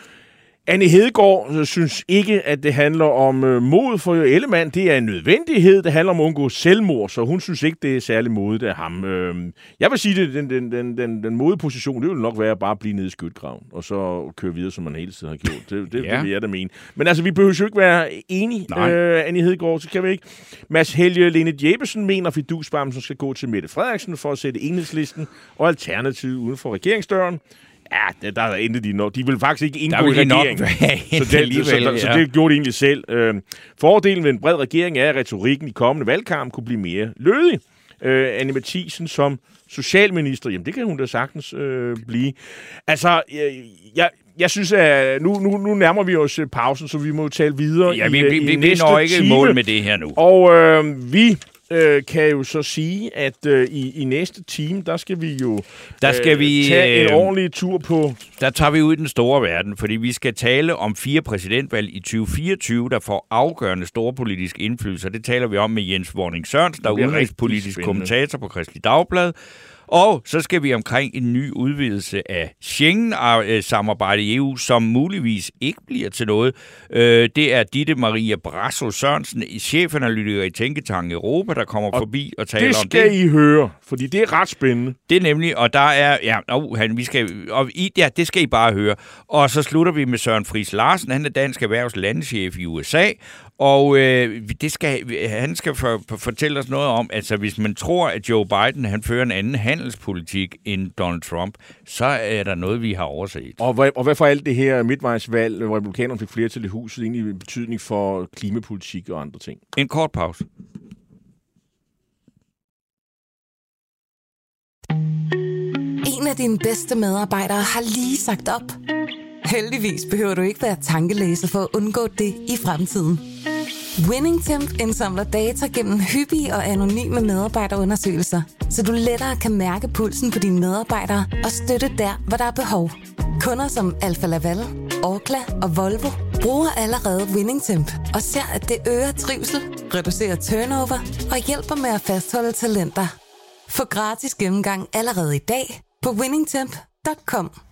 Anne Hedegaard synes ikke, at det handler om øh, mod for Jo Ellemann. Det er en nødvendighed. Det handler om at undgå selvmord, så hun synes ikke, det er særlig modigt af ham. Øh, jeg vil sige, at den, den, den, den, den modeposition, det vil nok være at bare blive nede i skytgraven, og så køre videre, som man hele tiden har gjort. Det, det, ja. det vil jeg da mene. Men altså, vi behøver jo ikke være enige, øh, Anne Hedegaard, så kan vi ikke. Mads Helge Lene Jeppesen mener, Fidusbamsen skal gå til Mette Frederiksen for at sætte Enhedslisten og Alternativet uden for regeringsdøren. Ja, der er endelig de nok. De vil faktisk ikke indgå i regeringen. Så det, alligevel, så, ja. så det gjorde de egentlig selv. Øh, fordelen ved en bred regering er, at retorikken i kommende valgkamp kunne blive mere lødig. Øh, Anne Matthiesen som socialminister, jamen det kan hun da sagtens øh, blive. Altså, jeg, jeg, jeg synes, at nu, nu, nu nærmer vi os pausen, så vi må tale videre ja, i, vi, vi, i vi, næste vi når ikke time. mål med det her nu. Og øh, vi... Øh, kan jo så sige, at øh, i, i næste time, der skal vi jo der skal øh, vi, tage en øh, ordentlig tur på... Der tager vi ud i den store verden, fordi vi skal tale om fire præsidentvalg i tyve fireogtyve, der får afgørende storpolitisk indflydelse. Det taler vi om med Jens Vorning Sørensen, der er udenrigspolitisk kommentator på Kristeligt Dagblad. Og så skal vi omkring en ny udvidelse af Schengen-samarbejdet i E U, som muligvis ikke bliver til noget. Det er Ditte Maria Brasso Sørensen, chefanalytiker i Tænketanken Europa, der kommer og forbi og taler om det. Det skal I høre, fordi det er ret spændende. Det er nemlig, og der er, ja, oh, han, vi skal, og I, ja, det skal I bare høre. Og så slutter vi med Søren Friis Larsen, han er dansk erhvervslandeschef i U S A, og øh, det skal, han skal for, for, fortælle os noget om, altså hvis man tror, at Joe Biden han fører en anden handelspolitik end Donald Trump, så er der noget, vi har overset. Og hvad, og hvad får alt det her midtvejsvalg, hvor republikanerne fik flere til i huset, egentlig en betydning for klimapolitik og andre ting? En kort pause. En af dine bedste medarbejdere har lige sagt op. Heldigvis behøver du ikke være tankelæser for at undgå det i fremtiden. WinningTemp indsamler data gennem hyppige og anonyme medarbejderundersøgelser, så du lettere kan mærke pulsen på dine medarbejdere og støtte der, hvor der er behov. Kunder som Alfa Laval, Orkla og Volvo bruger allerede WinningTemp og ser, at det øger trivsel, reducerer turnover og hjælper med at fastholde talenter. Få gratis gennemgang allerede i dag på winningtemp punktum com.